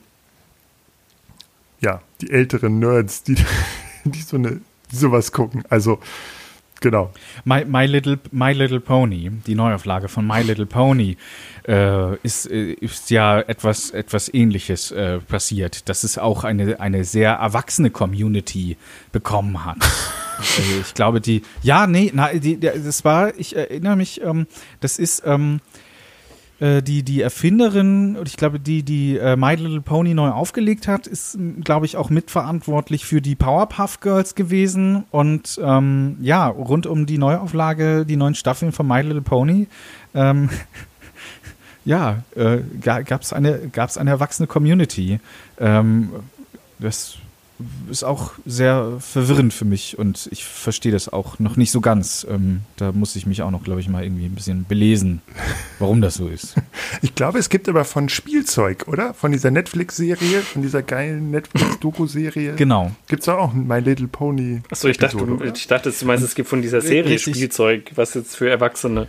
ja, die älteren Nerds, die, die so eine, die sowas gucken. Also, genau. My, My, Little, My Little Pony, die Neuauflage von My Little Pony, äh, ist, ist ja etwas, etwas Ähnliches äh, passiert, dass es auch eine, eine sehr erwachsene Community bekommen hat. äh, ich glaube, die, ja, nee, na, die, das war, ich erinnere mich, ähm, das ist, ähm, Die, die Erfinderin, und ich glaube, die, die äh, My Little Pony neu aufgelegt hat, ist, glaube ich, auch mitverantwortlich für die Powerpuff Girls gewesen. Und ähm, ja, rund um die Neuauflage, die neuen Staffeln von My Little Pony, ähm, ja, äh, gab es eine, gab's eine erwachsene Community. Ähm, das ist auch sehr verwirrend für mich und ich verstehe das auch noch nicht so ganz. Ähm, da muss ich mich auch noch, glaube ich, mal irgendwie ein bisschen belesen, warum das so ist. Ich glaube, es gibt aber von Spielzeug, oder? Von dieser Netflix-Serie, von dieser geilen Netflix-Doku-Serie. Genau. Gibt es auch ein My Little Pony. Achso, ich dachte, du, ich dachte, du meinst, es gibt von dieser Serie Richtig. Spielzeug, was jetzt für Erwachsene.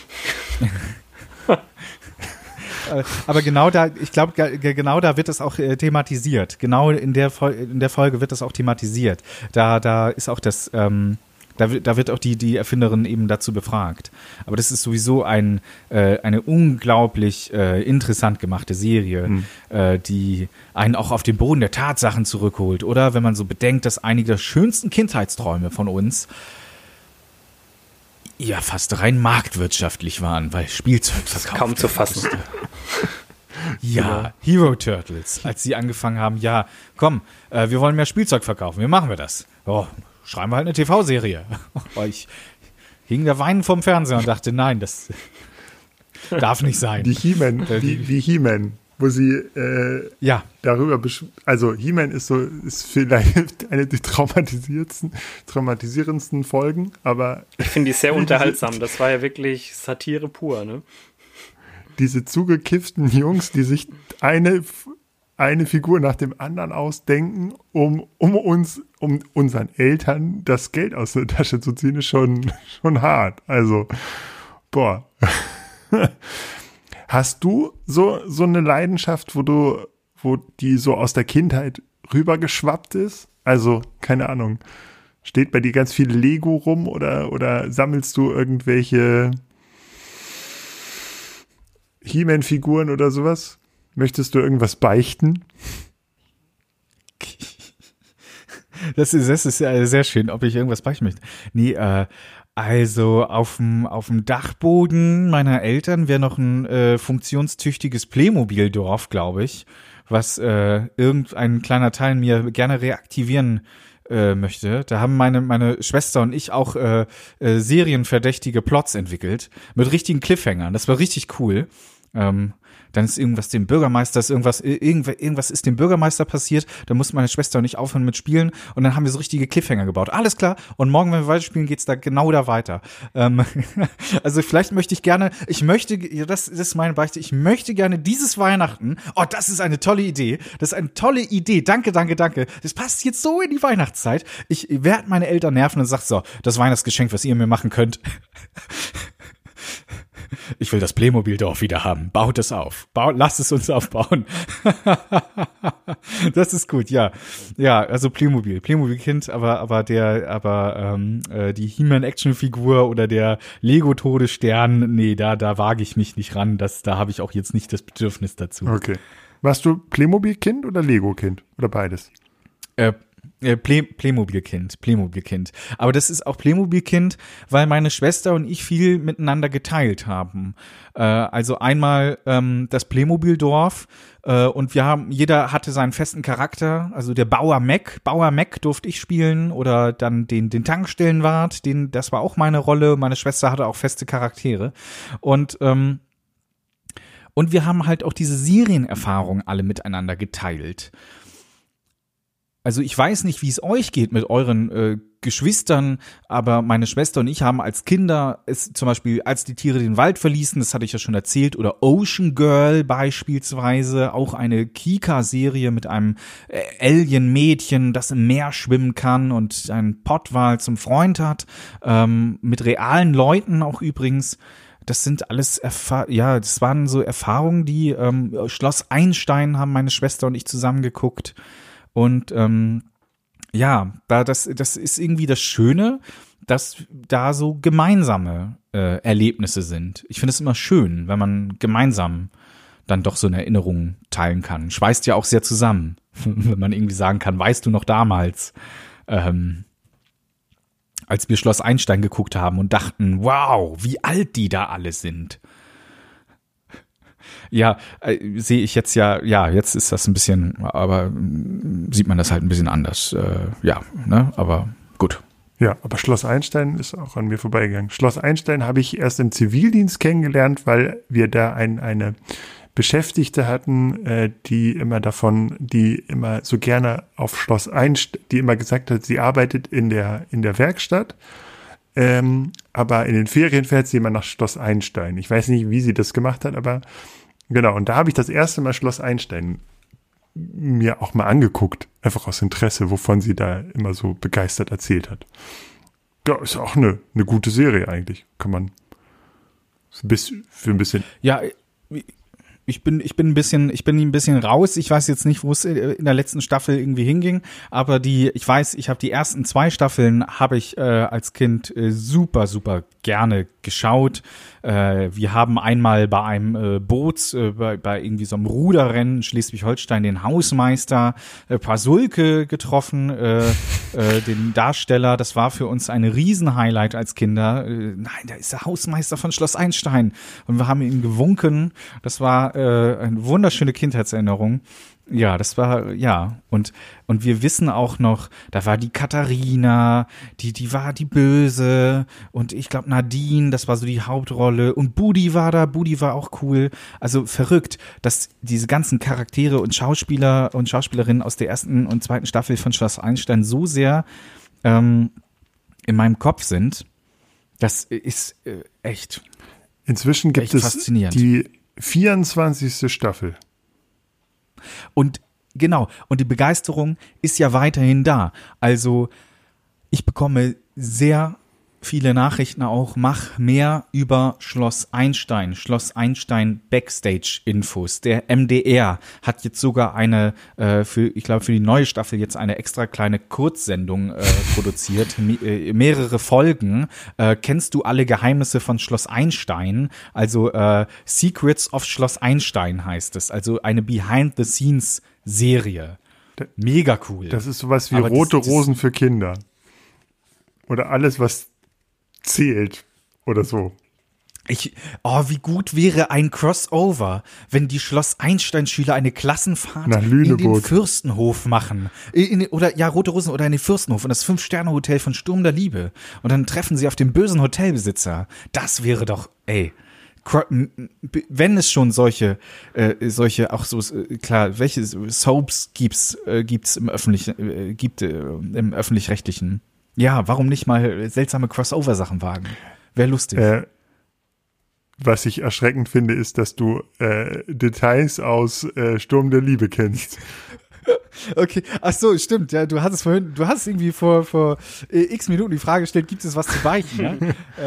Aber genau da, ich glaube, genau da wird es auch äh, thematisiert. Genau in der, Fol- in der Folge wird das auch thematisiert. Da, da ist auch das, ähm, da, w- da wird auch die, die Erfinderin eben dazu befragt. Aber das ist sowieso ein, äh, eine unglaublich äh, interessant gemachte Serie, mhm. äh, die einen auch auf den Boden der Tatsachen zurückholt. Oder wenn man so bedenkt, dass einige der schönsten Kindheitsträume von uns ja fast rein marktwirtschaftlich waren, weil Spielzeug verkauft. Kaum zu fassen. Ja, Hero Turtles, als sie angefangen haben, ja, komm, äh, wir wollen mehr Spielzeug verkaufen, wie machen wir das? Oh, schreiben wir halt eine T V-Serie. Oh, ich hing da weinend vorm Fernseher und dachte, nein, das darf nicht sein. Die He-Man, wie, wie He-Man, wo sie äh, ja. darüber, besch- also He-Man ist so, ist vielleicht eine der traumatisierendsten, traumatisierendsten Folgen, aber ich finde die sehr unterhaltsam. Das war ja wirklich Satire pur, ne? Diese zugekifften Jungs, die sich eine, eine Figur nach dem anderen ausdenken, um, um uns, um unseren Eltern das Geld aus der Tasche zu ziehen, ist schon, schon hart. Also, boah. Hast du so, so eine Leidenschaft, wo du, wo die so aus der Kindheit rübergeschwappt ist? Also, keine Ahnung. Steht bei dir ganz viel Lego rum oder, oder sammelst du irgendwelche He-Man-Figuren oder sowas? Möchtest du irgendwas beichten? Das ist, das ist ja sehr schön, ob ich irgendwas beichten möchte. Nee, äh, also auf dem auf dem Dachboden meiner Eltern wäre noch ein äh, funktionstüchtiges Playmobil-Dorf, glaube ich, was äh, irgendein kleiner Teil mir gerne reaktivieren äh, möchte. Da haben meine meine Schwester und ich auch äh, äh, serienverdächtige Plots entwickelt mit richtigen Cliffhangern. Das war richtig cool. Ähm, dann ist irgendwas dem Bürgermeister, ist irgendwas, irgendwas, irgendwas ist dem Bürgermeister passiert, da mussten meine Schwester und ich aufhören mit Spielen und dann haben wir so richtige Cliffhanger gebaut. Alles klar, und morgen, wenn wir weiterspielen, geht's da genau da weiter. Ähm, also vielleicht möchte ich gerne, ich möchte, das, das ist meine Beichte, ich möchte gerne dieses Weihnachten, oh, das ist eine tolle Idee, das ist eine tolle Idee, danke, danke, danke, das passt jetzt so in die Weihnachtszeit. Ich werde meine Eltern nerven und sag so, das Weihnachtsgeschenk, was ihr mir machen könnt, ich will das Playmobil-Dorf wieder haben. Baut es auf. Bau, lasst es uns aufbauen. Das ist gut, ja. Ja, also Playmobil. Playmobil-Kind, aber, aber der, aber ähm, äh, die He-Man-Action-Figur oder der Lego-Todesstern, nee, da, da wage ich mich nicht ran. Das, da habe ich auch jetzt nicht das Bedürfnis dazu. Okay. Warst du Playmobil-Kind oder Lego-Kind? Oder beides? Äh, Play, Playmobil-Kind, Playmobil-Kind. Aber das ist auch Playmobil-Kind, weil meine Schwester und ich viel miteinander geteilt haben. Äh, also einmal ähm, das Playmobil-Dorf äh, und wir haben, jeder hatte seinen festen Charakter. Also der Bauer Mac, Bauer Mac durfte ich spielen oder dann den den Tankstellenwart, den, das war auch meine Rolle. Meine Schwester hatte auch feste Charaktere und ähm, und wir haben halt auch diese Serienerfahrung alle miteinander geteilt. Also ich weiß nicht, wie es euch geht mit euren äh, Geschwistern, aber meine Schwester und ich haben als Kinder, es, zum Beispiel als die Tiere den Wald verließen, das hatte ich ja schon erzählt, oder Ocean Girl beispielsweise, auch eine Kika-Serie mit einem äh, Alien-Mädchen, das im Meer schwimmen kann und einen Pottwal zum Freund hat, ähm, mit realen Leuten auch übrigens. Das sind alles Erfahr- ja, das waren so Erfahrungen, die ähm, Schloss Einstein haben meine Schwester und ich zusammen geguckt. Und ähm, ja, da das das ist irgendwie das Schöne, dass da so gemeinsame äh, Erlebnisse sind. Ich finde es immer schön, wenn man gemeinsam dann doch so eine Erinnerung teilen kann. Schweißt ja auch sehr zusammen, wenn man irgendwie sagen kann, weißt du noch damals, ähm, als wir Schloss Einstein geguckt haben und dachten, wow, wie alt die da alle sind. Ja, äh, sehe ich jetzt ja, ja, jetzt ist das ein bisschen, aber äh, sieht man das halt ein bisschen anders. Äh, ja, ne, aber gut. Ja, aber Schloss Einstein ist auch an mir vorbeigegangen. Schloss Einstein habe ich erst im Zivildienst kennengelernt, weil wir da ein, eine Beschäftigte hatten, äh, die immer davon, die immer so gerne auf Schloss Einstein, die immer gesagt hat, sie arbeitet in der, in der Werkstatt, ähm, aber in den Ferien fährt sie immer nach Schloss Einstein. Ich weiß nicht, wie sie das gemacht hat, aber genau, und da habe ich das erste Mal Schloss Einstein mir auch mal angeguckt, einfach aus Interesse, wovon sie da immer so begeistert erzählt hat. Ja, ist auch eine, eine gute Serie eigentlich, kann man für ein bisschen. Ja, ich bin, ich bin ein bisschen, ich bin ein bisschen raus. Ich weiß jetzt nicht, wo es in der letzten Staffel irgendwie hinging, aber die, ich weiß, ich habe die ersten zwei Staffeln habe ich äh, als Kind äh, super, super gerne geschaut. Äh, wir haben einmal bei einem äh, Boot, äh, bei, bei irgendwie so einem Ruderrennen in Schleswig-Holstein den Hausmeister äh, Pasulke getroffen, äh, äh, den Darsteller. Das war für uns ein Riesen-Highlight als Kinder. Äh, nein, da ist der Hausmeister von Schloss Einstein. Und wir haben ihn gewunken. Das war äh, eine wunderschöne Kindheitserinnerung. Ja, das war, ja, und und wir wissen auch noch, da war die Katharina, die die war die Böse und ich glaube Nadine, das war so die Hauptrolle und Budi war da, Budi war auch cool, also verrückt, dass diese ganzen Charaktere und Schauspieler und Schauspielerinnen aus der ersten und zweiten Staffel von Schloss Einstein so sehr ähm, in meinem Kopf sind, das ist äh, echt Inzwischen gibt echt es die vierundzwanzigste Staffel. Und genau, und die Begeisterung ist ja weiterhin da. Also ich bekomme sehr viele Nachrichten auch, mach mehr über Schloss Einstein, Schloss Einstein Backstage-Infos. Der M D R hat jetzt sogar eine, äh, für, ich glaube für die neue Staffel jetzt eine extra kleine Kurzsendung äh, produziert, me- äh, mehrere Folgen. Äh, kennst du alle Geheimnisse von Schloss Einstein? Also äh, Secrets of Schloss Einstein heißt es, also eine Behind-the-Scenes-Serie. Mega cool. Das ist sowas wie Aber Rote das, das, Rosen für Kinder. Oder alles, was zählt oder so. Ich, oh, wie gut wäre ein Crossover, wenn die Schloss Einstein-Schüler eine Klassenfahrt nach in den Lüneburg Fürstenhof machen. In, oder ja, Rote Rosen oder in den Fürstenhof und das Fünf-Sterne-Hotel von Sturm der Liebe. Und dann treffen sie auf den bösen Hotelbesitzer. Das wäre doch, ey. Wenn es schon solche, äh, solche, auch so, äh, klar, welche Soaps gibt's, äh, gibt's im öffentlichen, äh, gibt äh, im öffentlich-rechtlichen? Ja, warum nicht mal seltsame Crossover-Sachen wagen? Wäre lustig. Äh, was ich erschreckend finde, ist, dass du äh, Details aus äh, Sturm der Liebe kennst. Okay, ach so, stimmt, ja, du hattest vorhin, du hast irgendwie vor, vor äh, x Minuten die Frage gestellt, gibt es was zu beichten, ja?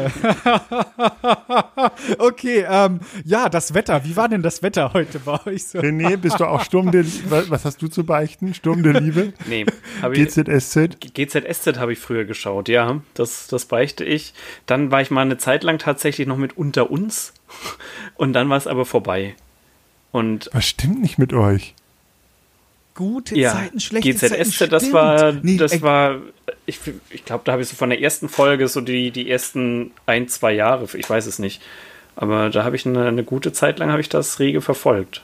Okay, ähm, ja, das Wetter, wie war denn das Wetter heute bei euch so? René, bist du auch Sturm der Liebe? Was hast du zu beichten? Sturm der Liebe? Nee, habe ich. G Z S Z? G Z S Z habe ich früher geschaut, ja, das, das beichte ich. Dann war ich mal eine Zeit lang tatsächlich noch mit Unter uns und dann war es aber vorbei. Und was stimmt nicht mit euch? Gute ja, Zeiten, schlechte G Z S Z, Zeiten, das war, nee, das äh, war, ich, ich glaube, da habe ich so von der ersten Folge so die, die ersten ein, zwei Jahre, ich weiß es nicht, aber da habe ich eine, eine gute Zeit lang habe ich das rege verfolgt.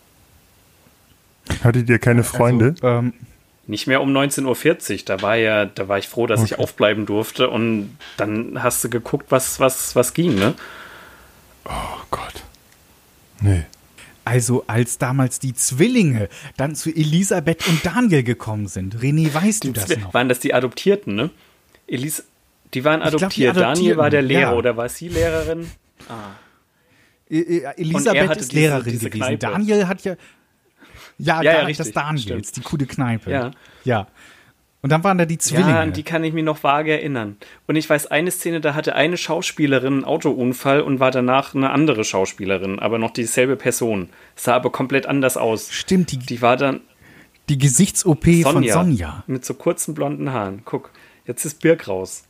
Hattet ihr keine Freunde? Also, ähm, Nicht mehr um neunzehn Uhr vierzig, da war ja, da war ich froh, dass okay. ich aufbleiben durfte und dann hast du geguckt, was, was, was ging, ne? Oh Gott. Nee. Also als damals die Zwillinge dann zu Elisabeth und Daniel gekommen sind. René, weißt du das Zwi- noch? Waren das die Adoptierten, ne? Elis, die waren Ich glaub, die adoptiert. Daniel Adoptierten, war der Lehrer ja. oder war sie Lehrerin? Ah. Äh, äh, Elisabeth hatte ist diese- Lehrerin diese gewesen. Kneipe. Daniel hat ja Ja, Ja, ja, da- richtig, das Daniels, stimmt. die coole Kneipe. Ja. Ja. Und dann waren da die Zwillinge. Ja, an die kann ich mich noch vage erinnern. Und ich weiß, eine Szene, da hatte eine Schauspielerin einen Autounfall und war danach eine andere Schauspielerin, aber noch dieselbe Person. Sah aber komplett anders aus. Stimmt, die, Die war dann die Gesichts-O P von Sonja, Sonja. mit so kurzen blonden Haaren. Guck, jetzt ist Birk raus.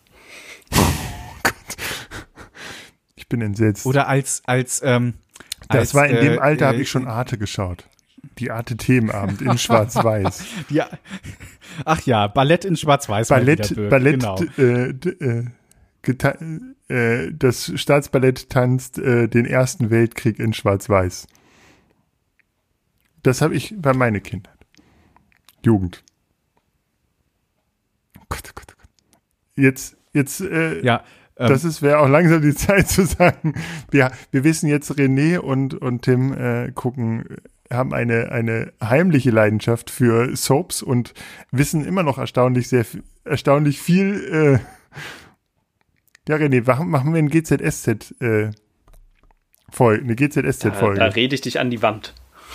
Ich bin entsetzt. Oder als, als, ähm, das als, war in dem äh, Alter, habe äh, ich schon Arte geschaut. Die Arte-Themenabend in Schwarz-Weiß. Ja. Ach ja, Ballett in Schwarz-Weiß. mal Ballett, wieder, Birk, Ballett, genau. äh, d- äh, geta- äh, das Staatsballett tanzt äh, den Ersten Weltkrieg in Schwarz-Weiß. Das habe ich, war meine Kindheit. Jugend. Oh Gott, oh Gott, oh Gott. Jetzt, jetzt, äh, Ja, ähm, das ist, wäre auch langsam die Zeit zu sagen, wir, wir wissen jetzt, René und, und Tim äh, gucken, haben eine, eine heimliche Leidenschaft für Soaps und wissen immer noch erstaunlich sehr, erstaunlich viel. Äh, ja, René, machen, machen wir ein G Z S Z äh, Folge, eine G Z S Z Da, Folge. da rede ich dich an die Wand.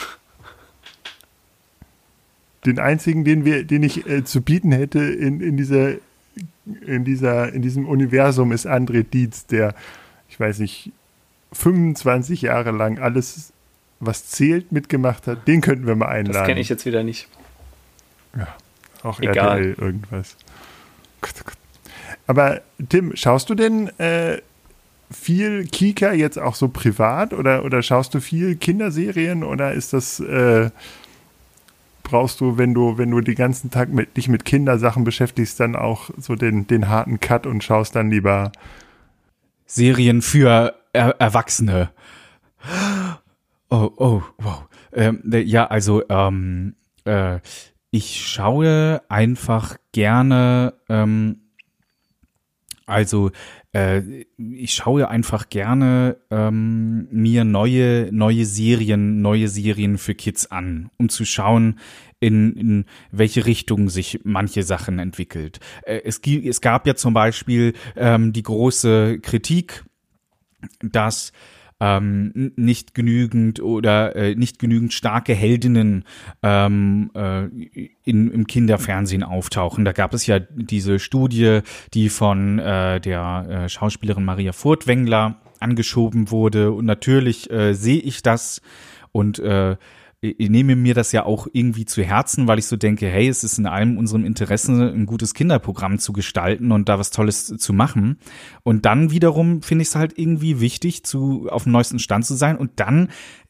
Den einzigen, den wir, den ich äh, zu bieten hätte in, in dieser, in dieser, in diesem Universum ist André Dietz, der, ich weiß nicht, fünfundzwanzig Jahre lang alles, was zählt, mitgemacht hat. Den könnten wir mal einladen. Das kenne ich jetzt wieder nicht. Ja, auch Egal. R T L irgendwas. Gott, oh Gott. Aber Tim, schaust du denn äh, viel Kika jetzt auch so privat oder, oder schaust du viel Kinderserien oder ist das äh, brauchst du, wenn du, wenn du den ganzen Tag mit, dich mit Kindersachen beschäftigst, dann auch so den, den harten Cut und schaust dann lieber Serien für er Erwachsene. Oh, oh, wow. Ähm, ja, also ähm, äh, ich schaue einfach gerne, ähm, also äh, ich schaue einfach gerne ähm, mir neue neue Serien, neue Serien für Kids an, um zu schauen, in, in welche Richtung sich manche Sachen entwickelt. Äh, es, gi- es gab ja zum Beispiel ähm, die große Kritik, dass ähm, n- nicht genügend oder äh, nicht genügend starke Heldinnen ähm, äh, in, im Kinderfernsehen auftauchen. Da gab es ja diese Studie, die von äh, der äh, Schauspielerin Maria Furtwängler angeschoben wurde. Und natürlich äh, sehe ich das und äh, ich nehme mir das ja auch irgendwie zu Herzen, weil ich so denke, hey, es ist in allem unserem Interesse, ein gutes Kinderprogramm zu gestalten und da was Tolles zu machen. Und dann wiederum finde ich es halt irgendwie wichtig, zu auf dem neuesten Stand zu sein. Und dann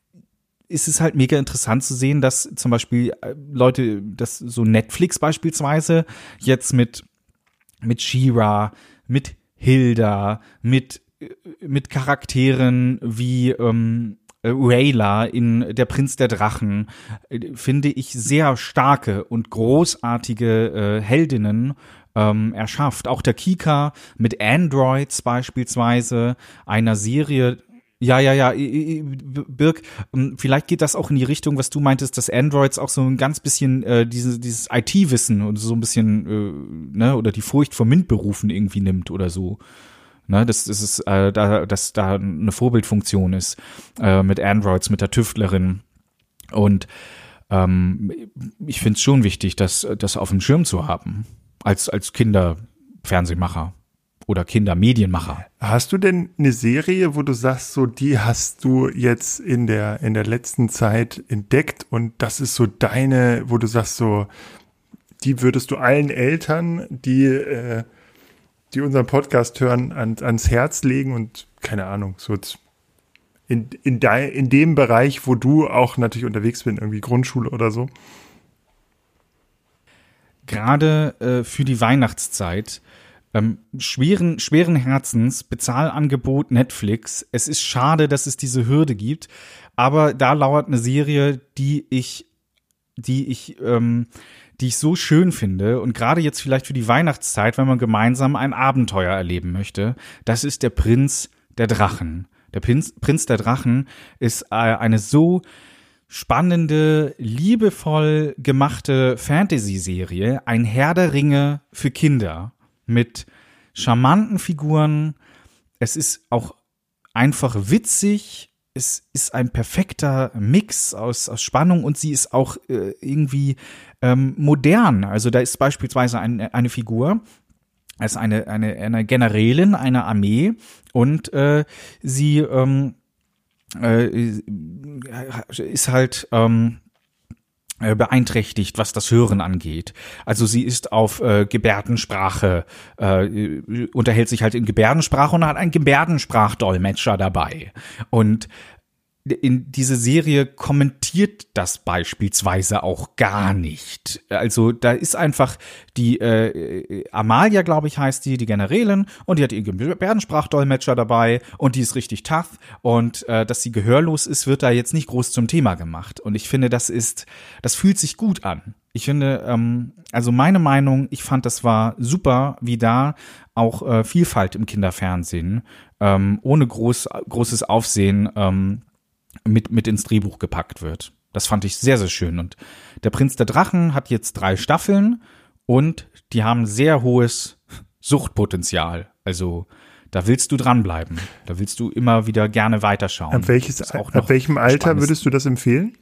ist es halt mega interessant zu sehen, dass zum Beispiel Leute, dass so Netflix beispielsweise jetzt mit mit She-Ra, mit Hilda, mit mit Charakteren wie ähm, Rayla in Der Prinz der Drachen, äh, finde ich sehr starke und großartige äh, Heldinnen ähm, erschafft. Auch der Kika mit Androids beispielsweise, einer Serie. Ja, ja, ja, I- I- Birk, ähm, vielleicht geht das auch in die Richtung, was du meintest, dass Androids auch so ein ganz bisschen äh, diese, dieses I T-Wissen und so ein bisschen, äh, ne, oder die Furcht vor MINT-Berufen irgendwie nimmt oder so. Ne, das, das ist, äh, da, dass da eine Vorbildfunktion ist äh, mit Androids, mit der Tüftlerin. Und ähm, ich finde es schon wichtig, das, das auf dem Schirm zu haben, als, als Kinderfernsehmacher oder Kindermedienmacher. Hast du denn eine Serie, wo du sagst, so die hast du jetzt in der in der letzten Zeit entdeckt und das ist so deine, wo du sagst, so die würdest du allen Eltern, die äh, die unseren Podcast hören, an, ans Herz legen und keine Ahnung, so in in, de, in dem Bereich, wo du auch natürlich unterwegs bist, irgendwie Grundschule oder so? Gerade äh, für die Weihnachtszeit Ähm, schweren, schweren Herzens, Bezahlangebot Netflix. Es ist schade, dass es diese Hürde gibt, aber da lauert eine Serie, die ich, die ich, ähm, die ich so schön finde und gerade jetzt vielleicht für die Weihnachtszeit, wenn man gemeinsam ein Abenteuer erleben möchte, das ist Der Prinz der Drachen. Der Prinz, Prinz der Drachen ist äh, eine so spannende, liebevoll gemachte Fantasy-Serie, ein Herr der Ringe für Kinder mit charmanten Figuren. Es ist auch einfach witzig. Es ist ein perfekter Mix aus, aus Spannung und sie ist auch äh, irgendwie ähm, modern. Also da ist beispielsweise ein, eine Figur, es ist eine, eine, eine Generälin einer Armee und äh, sie ähm, äh, ist halt ähm, beeinträchtigt, was das Hören angeht. Also sie ist auf äh, Gebärdensprache, äh, unterhält sich halt in Gebärdensprache und hat einen Gebärdensprachdolmetscher dabei. Und in diese Serie kommentiert das beispielsweise auch gar nicht. Also da ist einfach die äh, Amalia, glaube ich, heißt die, die Generälin, und die hat ihren Gebärdensprachdolmetscher dabei und die ist richtig tough und äh, dass sie gehörlos ist, wird da jetzt nicht groß zum Thema gemacht. Und ich finde, das ist, das fühlt sich gut an. Ich finde, ähm, also meine Meinung, ich fand, das war super, wie da auch äh, Vielfalt im Kinderfernsehen ähm, ohne groß, großes Aufsehen ähm, mit mit ins Drehbuch gepackt wird. Das fand ich sehr, sehr schön. Und der Prinz der Drachen hat jetzt drei Staffeln und die haben sehr hohes Suchtpotenzial. Also da willst du dranbleiben. Da willst du immer wieder gerne weiterschauen. Ab, welches, ab welchem Alter würdest du das empfehlen?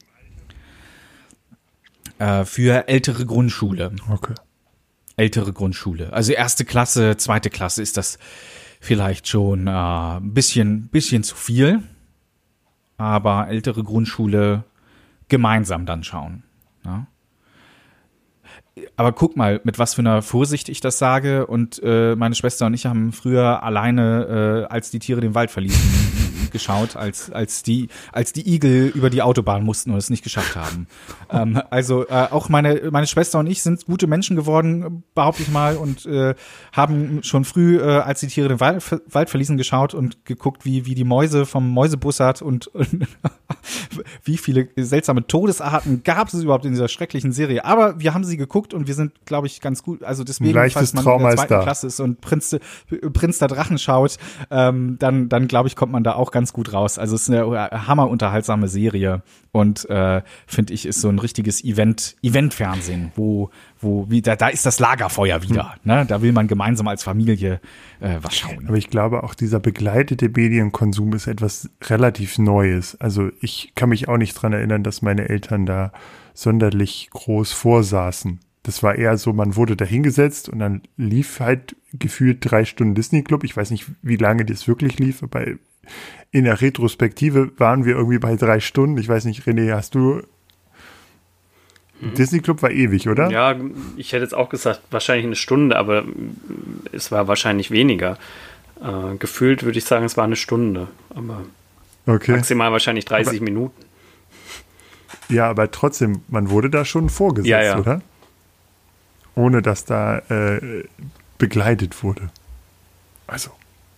Äh, für ältere Grundschule. Okay. Ältere Grundschule. Also erste Klasse, zweite Klasse ist das vielleicht schon äh, ein bisschen, bisschen zu viel. Aber ältere Grundschule gemeinsam dann schauen. Ja. Aber guck mal, mit was für einer Vorsicht ich das sage. Und äh, meine Schwester und ich haben früher alleine, äh, als die Tiere den Wald verließen, geschaut, als als die als die Igel über die Autobahn mussten und es nicht geschafft haben. ähm, also äh, auch meine meine Schwester und ich sind gute Menschen geworden, behaupte ich mal, und äh, haben schon früh, äh, als die Tiere den Wald, Wald verließen, geschaut und geguckt, wie wie die Mäuse vom Mäusebussard und, und wie viele seltsame Todesarten gab es überhaupt in dieser schrecklichen Serie. Aber wir haben sie geguckt und wir sind, glaube ich, ganz gut. Also deswegen, falls man in der zweiten Klasse ist und Prinz, Prinz der Drachen schaut, ähm, dann, dann glaube ich, kommt man da auch ganz gut raus. Also es ist eine hammerunterhaltsame Serie und äh, finde ich, ist so ein richtiges Event, Eventfernsehen, wo, wo, wie, da, da ist das Lagerfeuer wieder. Hm. Ne? Da will man gemeinsam als Familie äh, was schauen. Aber ich glaube, auch dieser begleitete Medienkonsum ist etwas relativ Neues. Also ich kann mich auch nicht dran erinnern, dass meine Eltern da sonderlich groß vorsaßen. Das war eher so, man wurde da hingesetzt und dann lief halt gefühlt drei Stunden Disney Club. Ich weiß nicht, wie lange das wirklich lief, aber in der Retrospektive waren wir irgendwie bei drei Stunden. Ich weiß nicht, René, hast du... Mhm. Disney Club war ewig, oder? Ja, ich hätte jetzt auch gesagt, wahrscheinlich eine Stunde, aber es war wahrscheinlich weniger. Äh, gefühlt würde ich sagen, es war eine Stunde, aber okay. Maximal wahrscheinlich dreißig aber, Minuten. Ja, aber trotzdem, man wurde da schon vorgesetzt, ja, ja. Oder? Ohne dass da äh, begleitet wurde. Also.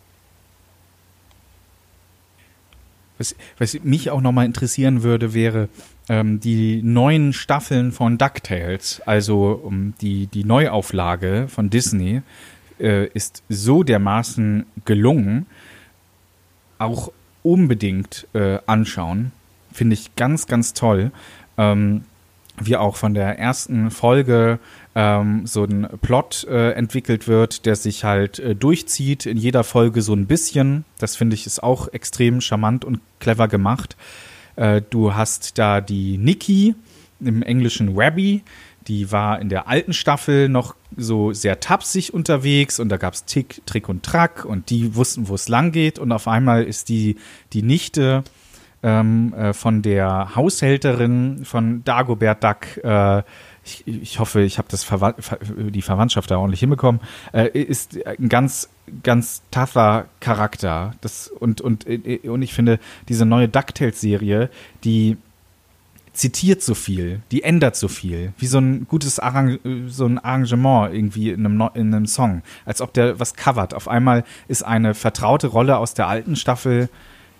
Was, was mich auch nochmal interessieren würde, wäre ähm, die neuen Staffeln von DuckTales, also um, die, die Neuauflage von Disney, äh, ist so dermaßen gelungen, auch unbedingt äh, anschauen. Finde ich ganz, ganz toll. Ähm, wie auch von der ersten Folge ähm, so ein Plot äh, entwickelt wird, der sich halt äh, durchzieht, in jeder Folge so ein bisschen. Das finde ich ist auch extrem charmant und clever gemacht. Äh, du hast da die Nikki, im Englischen Webby, die war in der alten Staffel noch so sehr tapsig unterwegs und da gab es Tick, Trick und Track und die wussten, wo es lang geht und auf einmal ist die, die Nichte Ähm, äh, von der Haushälterin von Dagobert Duck, äh, ich, ich hoffe, ich habe das Verwa- die Verwandtschaft da ordentlich hinbekommen, äh, ist ein ganz, ganz tougher Charakter. Das, und, und, und ich finde, diese neue DuckTales-Serie, die zitiert so viel, die ändert so viel, wie so ein gutes Arrang- so ein Arrangement irgendwie in einem, in einem Song, als ob der was covert. Auf einmal ist eine vertraute Rolle aus der alten Staffel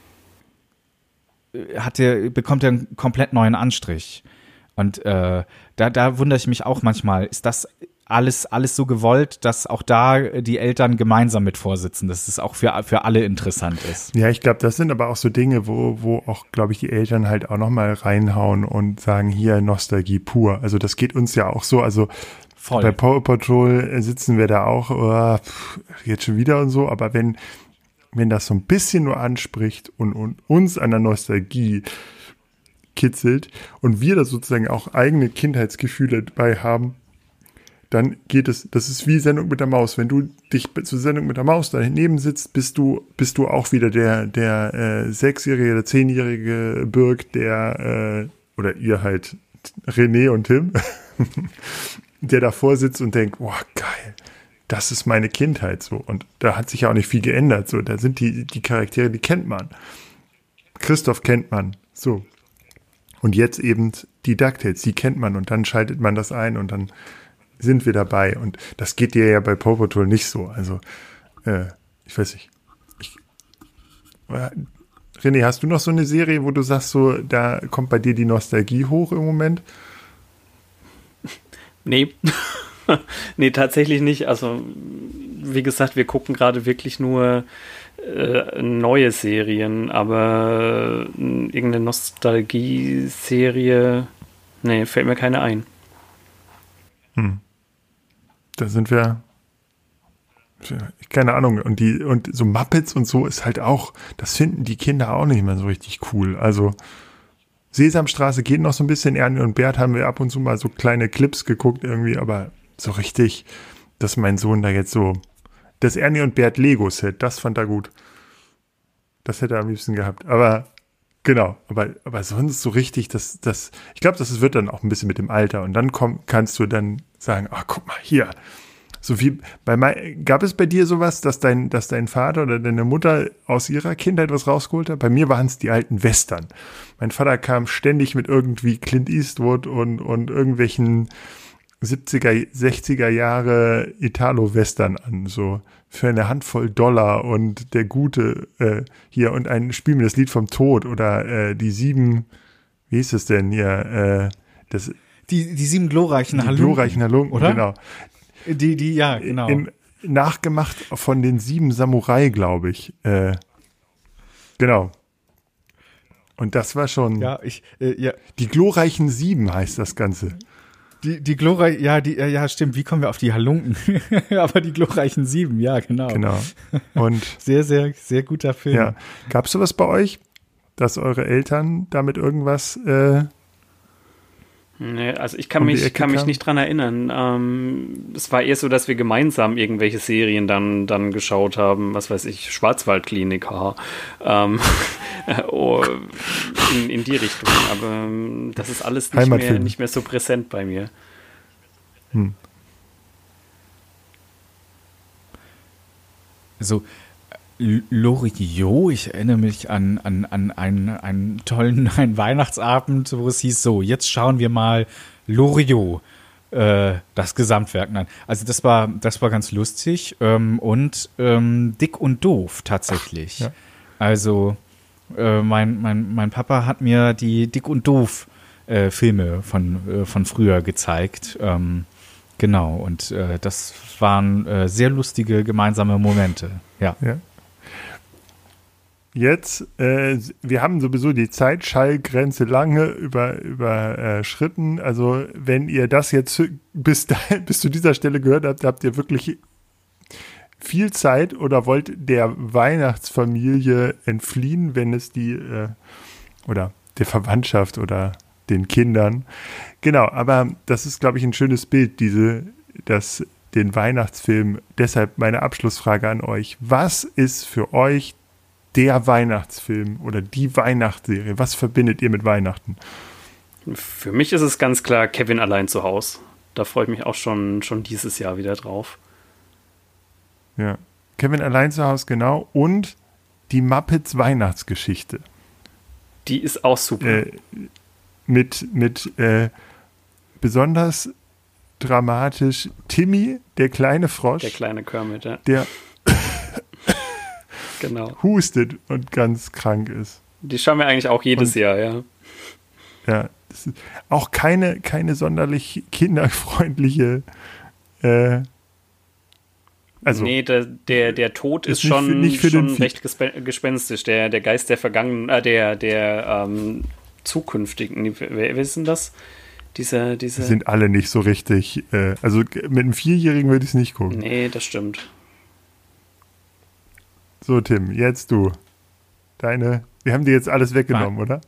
hat der, bekommt er einen komplett neuen Anstrich. Und äh, da, da wundere ich mich auch manchmal, ist das alles, alles so gewollt, dass auch da die Eltern gemeinsam mit vorsitzen, dass es auch für, für alle interessant ist. Ja, ich glaube, das sind aber auch so Dinge, wo, wo auch, glaube ich, die Eltern halt auch nochmal reinhauen und sagen, hier Nostalgie pur. Also das geht uns ja auch so, also voll. Bei Paw Patrol sitzen wir da auch, oh, pff, jetzt schon wieder und so, aber wenn, wenn das so ein bisschen nur anspricht und, und uns an der Nostalgie kitzelt und wir da sozusagen auch eigene Kindheitsgefühle dabei haben, dann geht es, das ist wie Sendung mit der Maus. Wenn du dich zur Sendung mit der Maus daneben sitzt, bist du, bist du auch wieder der, der äh, sechsjährige oder zehnjährige Birk, der, äh, oder ihr halt, René und Tim, der davor sitzt und denkt, boah, geil, das ist meine Kindheit so. Und da hat sich ja auch nicht viel geändert. So, da sind die, die Charaktere, die kennt man. Christoph kennt man, so. Und jetzt eben die DuckTales, die kennt man und dann schaltet man das ein und dann sind wir dabei. Und das geht dir ja bei Paw Patrol nicht so. Also, äh, ich weiß nicht. Ich, äh, René, hast du noch so eine Serie, wo du sagst, so, da kommt bei dir die Nostalgie hoch im Moment? Nee. Nee, tatsächlich nicht. Also, wie gesagt, wir gucken gerade wirklich nur äh, neue Serien, aber äh, irgendeine Nostalgie-Serie, nee, fällt mir keine ein. Hm. Da sind wir, keine Ahnung, und die, und so Muppets und so ist halt auch, das finden die Kinder auch nicht mehr so richtig cool. Also Sesamstraße geht noch so ein bisschen, Ernie und Bert haben wir ab und zu mal so kleine Clips geguckt irgendwie, aber so richtig, dass mein Sohn da jetzt so, das Ernie und Bert Lego-Set, das fand er gut. Das hätte er am liebsten gehabt. Aber genau, aber, aber sonst so richtig, das, das, ich glaube, das wird dann auch ein bisschen mit dem Alter. Und dann komm, kannst du dann sagen, ach, guck mal, hier. So wie bei mein, gab es bei dir sowas, dass dein, dass dein Vater oder deine Mutter aus ihrer Kindheit was rausgeholt hat? Bei mir waren es die alten Western. Mein Vater kam ständig mit irgendwie Clint Eastwood und, und irgendwelchen siebziger, sechziger Jahre Italo-Western an, so für eine Handvoll Dollar und der Gute äh, hier und ein Spiel mir das Lied vom Tod oder äh, die sieben, wie hieß es denn hier, äh, das die, die sieben glorreichen Halunken. Die glorreichen Halunken, oder? Genau. Die, die, ja, genau. Im, nachgemacht von den sieben Samurai, glaube ich. Äh, genau. Und das war schon. Ja, ich, äh, ja. Die glorreichen Sieben heißt das Ganze. Die, die glorreichen, ja, die, ja, stimmt. Wie kommen wir auf die Halunken? Aber die glorreichen Sieben, ja, genau. Genau. Und sehr, sehr, sehr guter Film. Ja. Gab es sowas bei euch, dass eure Eltern damit irgendwas äh, Nee, also ich kann um die mich, Ecke kann mich kam? nicht dran erinnern. Ähm, es war eher so, dass wir gemeinsam irgendwelche Serien dann, dann geschaut haben, was weiß ich, Schwarzwaldklinik, haha. Ähm, oh, in, in die Richtung. Aber ähm, das ist alles nicht mehr, Heimatfilm. nicht mehr so präsent bei mir. Hm. So, L- Loriot, ich erinnere mich an, an, an einen, einen tollen einen Weihnachtsabend, wo es hieß, so, jetzt schauen wir mal Loriot, äh, das Gesamtwerk an. Also das war, das war ganz lustig ähm, und ähm, Dick und Doof tatsächlich. Ja. Also äh, mein, mein, mein Papa hat mir die Dick und Doof äh, Filme von, äh, von früher gezeigt. Ähm, genau, und äh, das waren äh, sehr lustige gemeinsame Momente. Ja. Ja. Jetzt, äh, wir haben sowieso die Zeitschallgrenze lange über, überschritten. Also wenn ihr das jetzt bis, dahin, bis zu dieser Stelle gehört habt, habt ihr wirklich viel Zeit oder wollt der Weihnachtsfamilie entfliehen, wenn es die, äh, oder der Verwandtschaft oder den Kindern. Genau, aber das ist, glaube ich, ein schönes Bild, diese, das, den Weihnachtsfilm. Deshalb meine Abschlussfrage an euch. Was ist für euch der Weihnachtsfilm oder die Weihnachtsserie? Was verbindet ihr mit Weihnachten? Für mich ist es ganz klar Kevin allein zu Haus. Da freue ich mich auch schon, schon dieses Jahr wieder drauf. Ja, Kevin allein zu Hause, genau. Und die Muppets Weihnachtsgeschichte. Die ist auch super. Äh, mit mit äh, besonders dramatisch Timmy, der kleine Frosch. Der kleine Kermit, ja. Der genau. hustet und ganz krank ist. Die schauen wir eigentlich auch jedes und, Jahr, ja. Ja, das ist auch keine, keine sonderlich kinderfreundliche Äh, also, nee, der, der, der Tod ist, ist schon, nicht für, nicht für schon recht gespe- gespenstisch. Der, der Geist der Vergangenen, äh, der, der ähm, zukünftigen, wer, wer ist denn das? Diese, diese sind alle nicht so richtig. Äh, also mit einem Vierjährigen würde ich es nicht gucken. Nee, das stimmt. So, Tim, jetzt du. Deine, wir haben dir jetzt alles weggenommen, oder?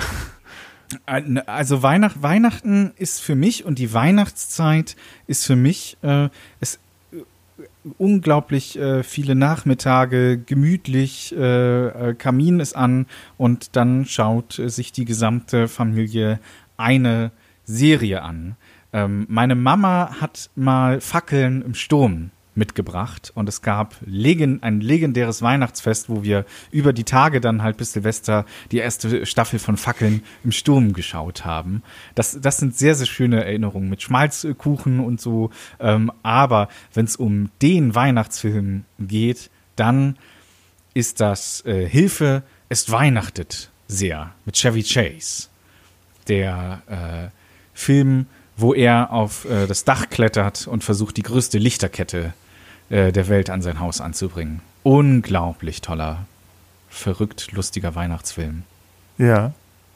Also Weihnacht, Weihnachten ist für mich und die Weihnachtszeit ist für mich äh, es, äh, unglaublich äh, viele Nachmittage, gemütlich, äh, Kamin ist an und dann schaut äh, sich die gesamte Familie eine Serie an. Ähm, meine Mama hat mal Fackeln im Sturm mitgebracht und es gab legend, ein legendäres Weihnachtsfest, wo wir über die Tage dann halt bis Silvester die erste Staffel von Fackeln im Sturm geschaut haben. Das, das sind sehr, sehr schöne Erinnerungen mit Schmalzkuchen und so. Ähm, aber wenn es um den Weihnachtsfilm geht, dann ist das äh, Hilfe, es weihnachtet sehr mit Chevy Chase. Der äh, Film, wo er auf äh, das Dach klettert und versucht, die größte Lichterkette äh, der Welt an sein Haus anzubringen. Unglaublich toller, verrückt lustiger Weihnachtsfilm. Ja.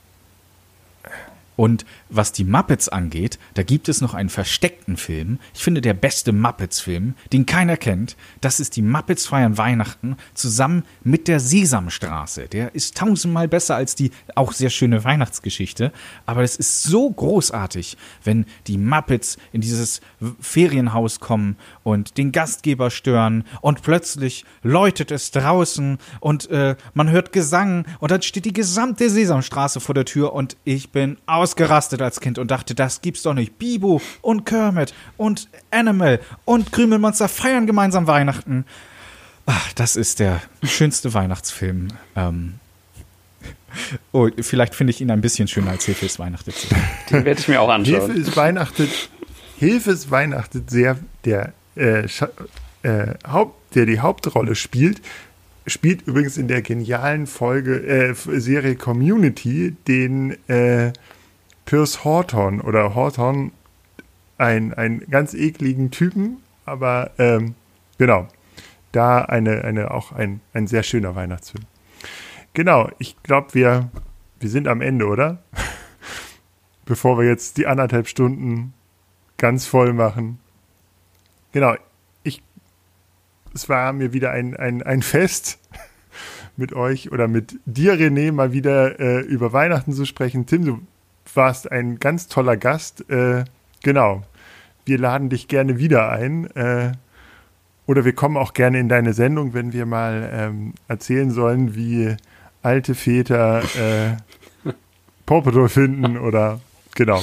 Und was die Muppets angeht, da gibt es noch einen versteckten Film. Ich finde, der beste Muppets-Film, den keiner kennt, das ist die Muppets feiern Weihnachten zusammen mit der Sesamstraße. Der ist tausendmal besser als die auch sehr schöne Weihnachtsgeschichte. Aber es ist so großartig, wenn die Muppets in dieses Ferienhaus kommen und den Gastgeber stören und plötzlich läutet es draußen und äh, man hört Gesang und dann steht die gesamte Sesamstraße vor der Tür und ich bin aus ausgerastet als Kind und dachte, das gibt's doch nicht. Bibo und Kermit und Animal und Krümelmonster feiern gemeinsam Weihnachten. Ach, das ist der schönste Weihnachtsfilm. Ähm oh, vielleicht finde ich ihn ein bisschen schöner als Hilfe ist Weihnachtet. Den werde ich mir auch anschauen. Hilfe ist Weihnachtet, Hilfe ist Weihnachtet sehr, der, äh, äh, Haupt, der die Hauptrolle spielt, spielt übrigens in der genialen Folge, äh, Serie Community, den äh, Pierce Horton oder Horton, ein, ein ganz ekligen Typen, aber ähm, genau, da eine, eine auch ein, ein sehr schöner Weihnachtsfilm. Genau, ich glaube, wir, wir sind am Ende, oder? Bevor wir jetzt die anderthalb Stunden ganz voll machen. Genau, ich, es war mir wieder ein, ein, ein Fest mit euch oder mit dir, René, mal wieder äh, über Weihnachten zu sprechen. Tim, du warst ein ganz toller Gast. Äh, genau. Wir laden dich gerne wieder ein. Äh, oder wir kommen auch gerne in deine Sendung, wenn wir mal ähm, erzählen sollen, wie alte Väter äh, Paw Patrol finden oder genau.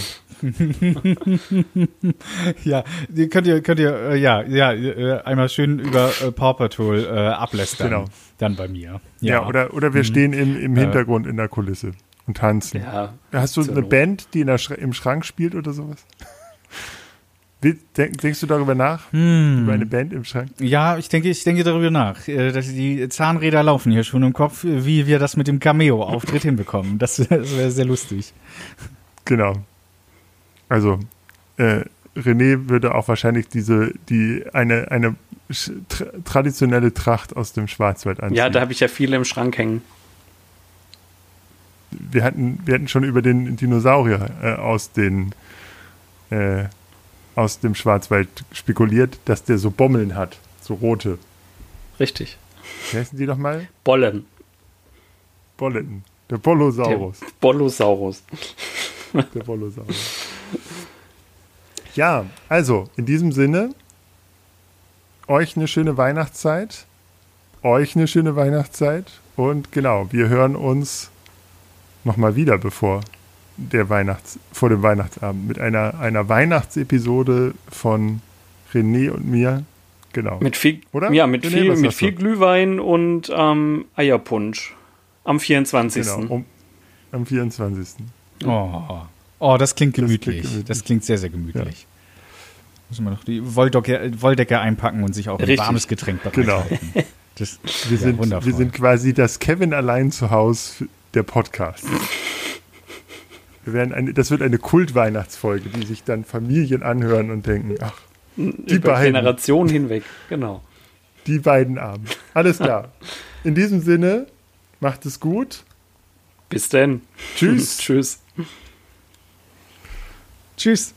Ja, könnt ihr, könnt ihr, äh, ja, ja, äh, einmal schön über äh, Paw Patrol äh, ablästern. Genau. Dann bei mir. Ja, ja oder, oder wir mhm. stehen im, im Hintergrund äh. in der Kulisse und tanzen. Ja, hast du eine Band, die in der Schra- im Schrank spielt oder sowas? Wie, denk, denkst du darüber nach? Hm. Über eine Band im Schrank? Ja, ich denke, ich denke darüber nach. Äh, dass die Zahnräder laufen hier schon im Kopf, wie wir das mit dem Cameo-Auftritt hinbekommen. Das, das wäre sehr lustig. Genau. Also, äh, René würde auch wahrscheinlich diese, die, eine, eine tra- traditionelle Tracht aus dem Schwarzwald anziehen. Ja, da habe ich ja viele im Schrank hängen. Wir hatten, wir hatten schon über den Dinosaurier äh, aus den, äh, aus dem Schwarzwald spekuliert, dass der so Bommeln hat, so rote. Richtig. Wie heißen die doch mal? Bollen. Bollen. Der Bollosaurus. Der Bollosaurus. Der Bollosaurus. Ja, also in diesem Sinne, euch eine schöne Weihnachtszeit, euch eine schöne Weihnachtszeit und genau, wir hören uns nochmal wieder bevor der Weihnachts, vor dem Weihnachtsabend mit einer, einer Weihnachtsepisode von René und mir. Genau. Mit viel, Oder? Ja, mit René, viel, was mit hast viel du? Glühwein und ähm, Eierpunsch. Am vierundzwanzigsten Genau, um, am vierundzwanzigsten Oh, oh, das klingt Das klingt gemütlich. Das gemütlich. klingt, sehr, sehr gemütlich. Ja. Müssen wir noch die Wolldecke, Wolldecke einpacken und sich auch ein Richtig. warmes Getränk Genau. bereithalten. Das, Wir, ja, sind, wundervoll. wir sind quasi das Kevin allein zu Hause der Podcast. Wir werden eine, das wird eine Kultweihnachtsfolge, die sich dann Familien anhören und denken, ach, Die Über beiden. Generationen hinweg, genau. Die beiden Armen. Alles klar. In diesem Sinne, macht es gut. Bis denn. Tschüss. Tschüss. Tschüss.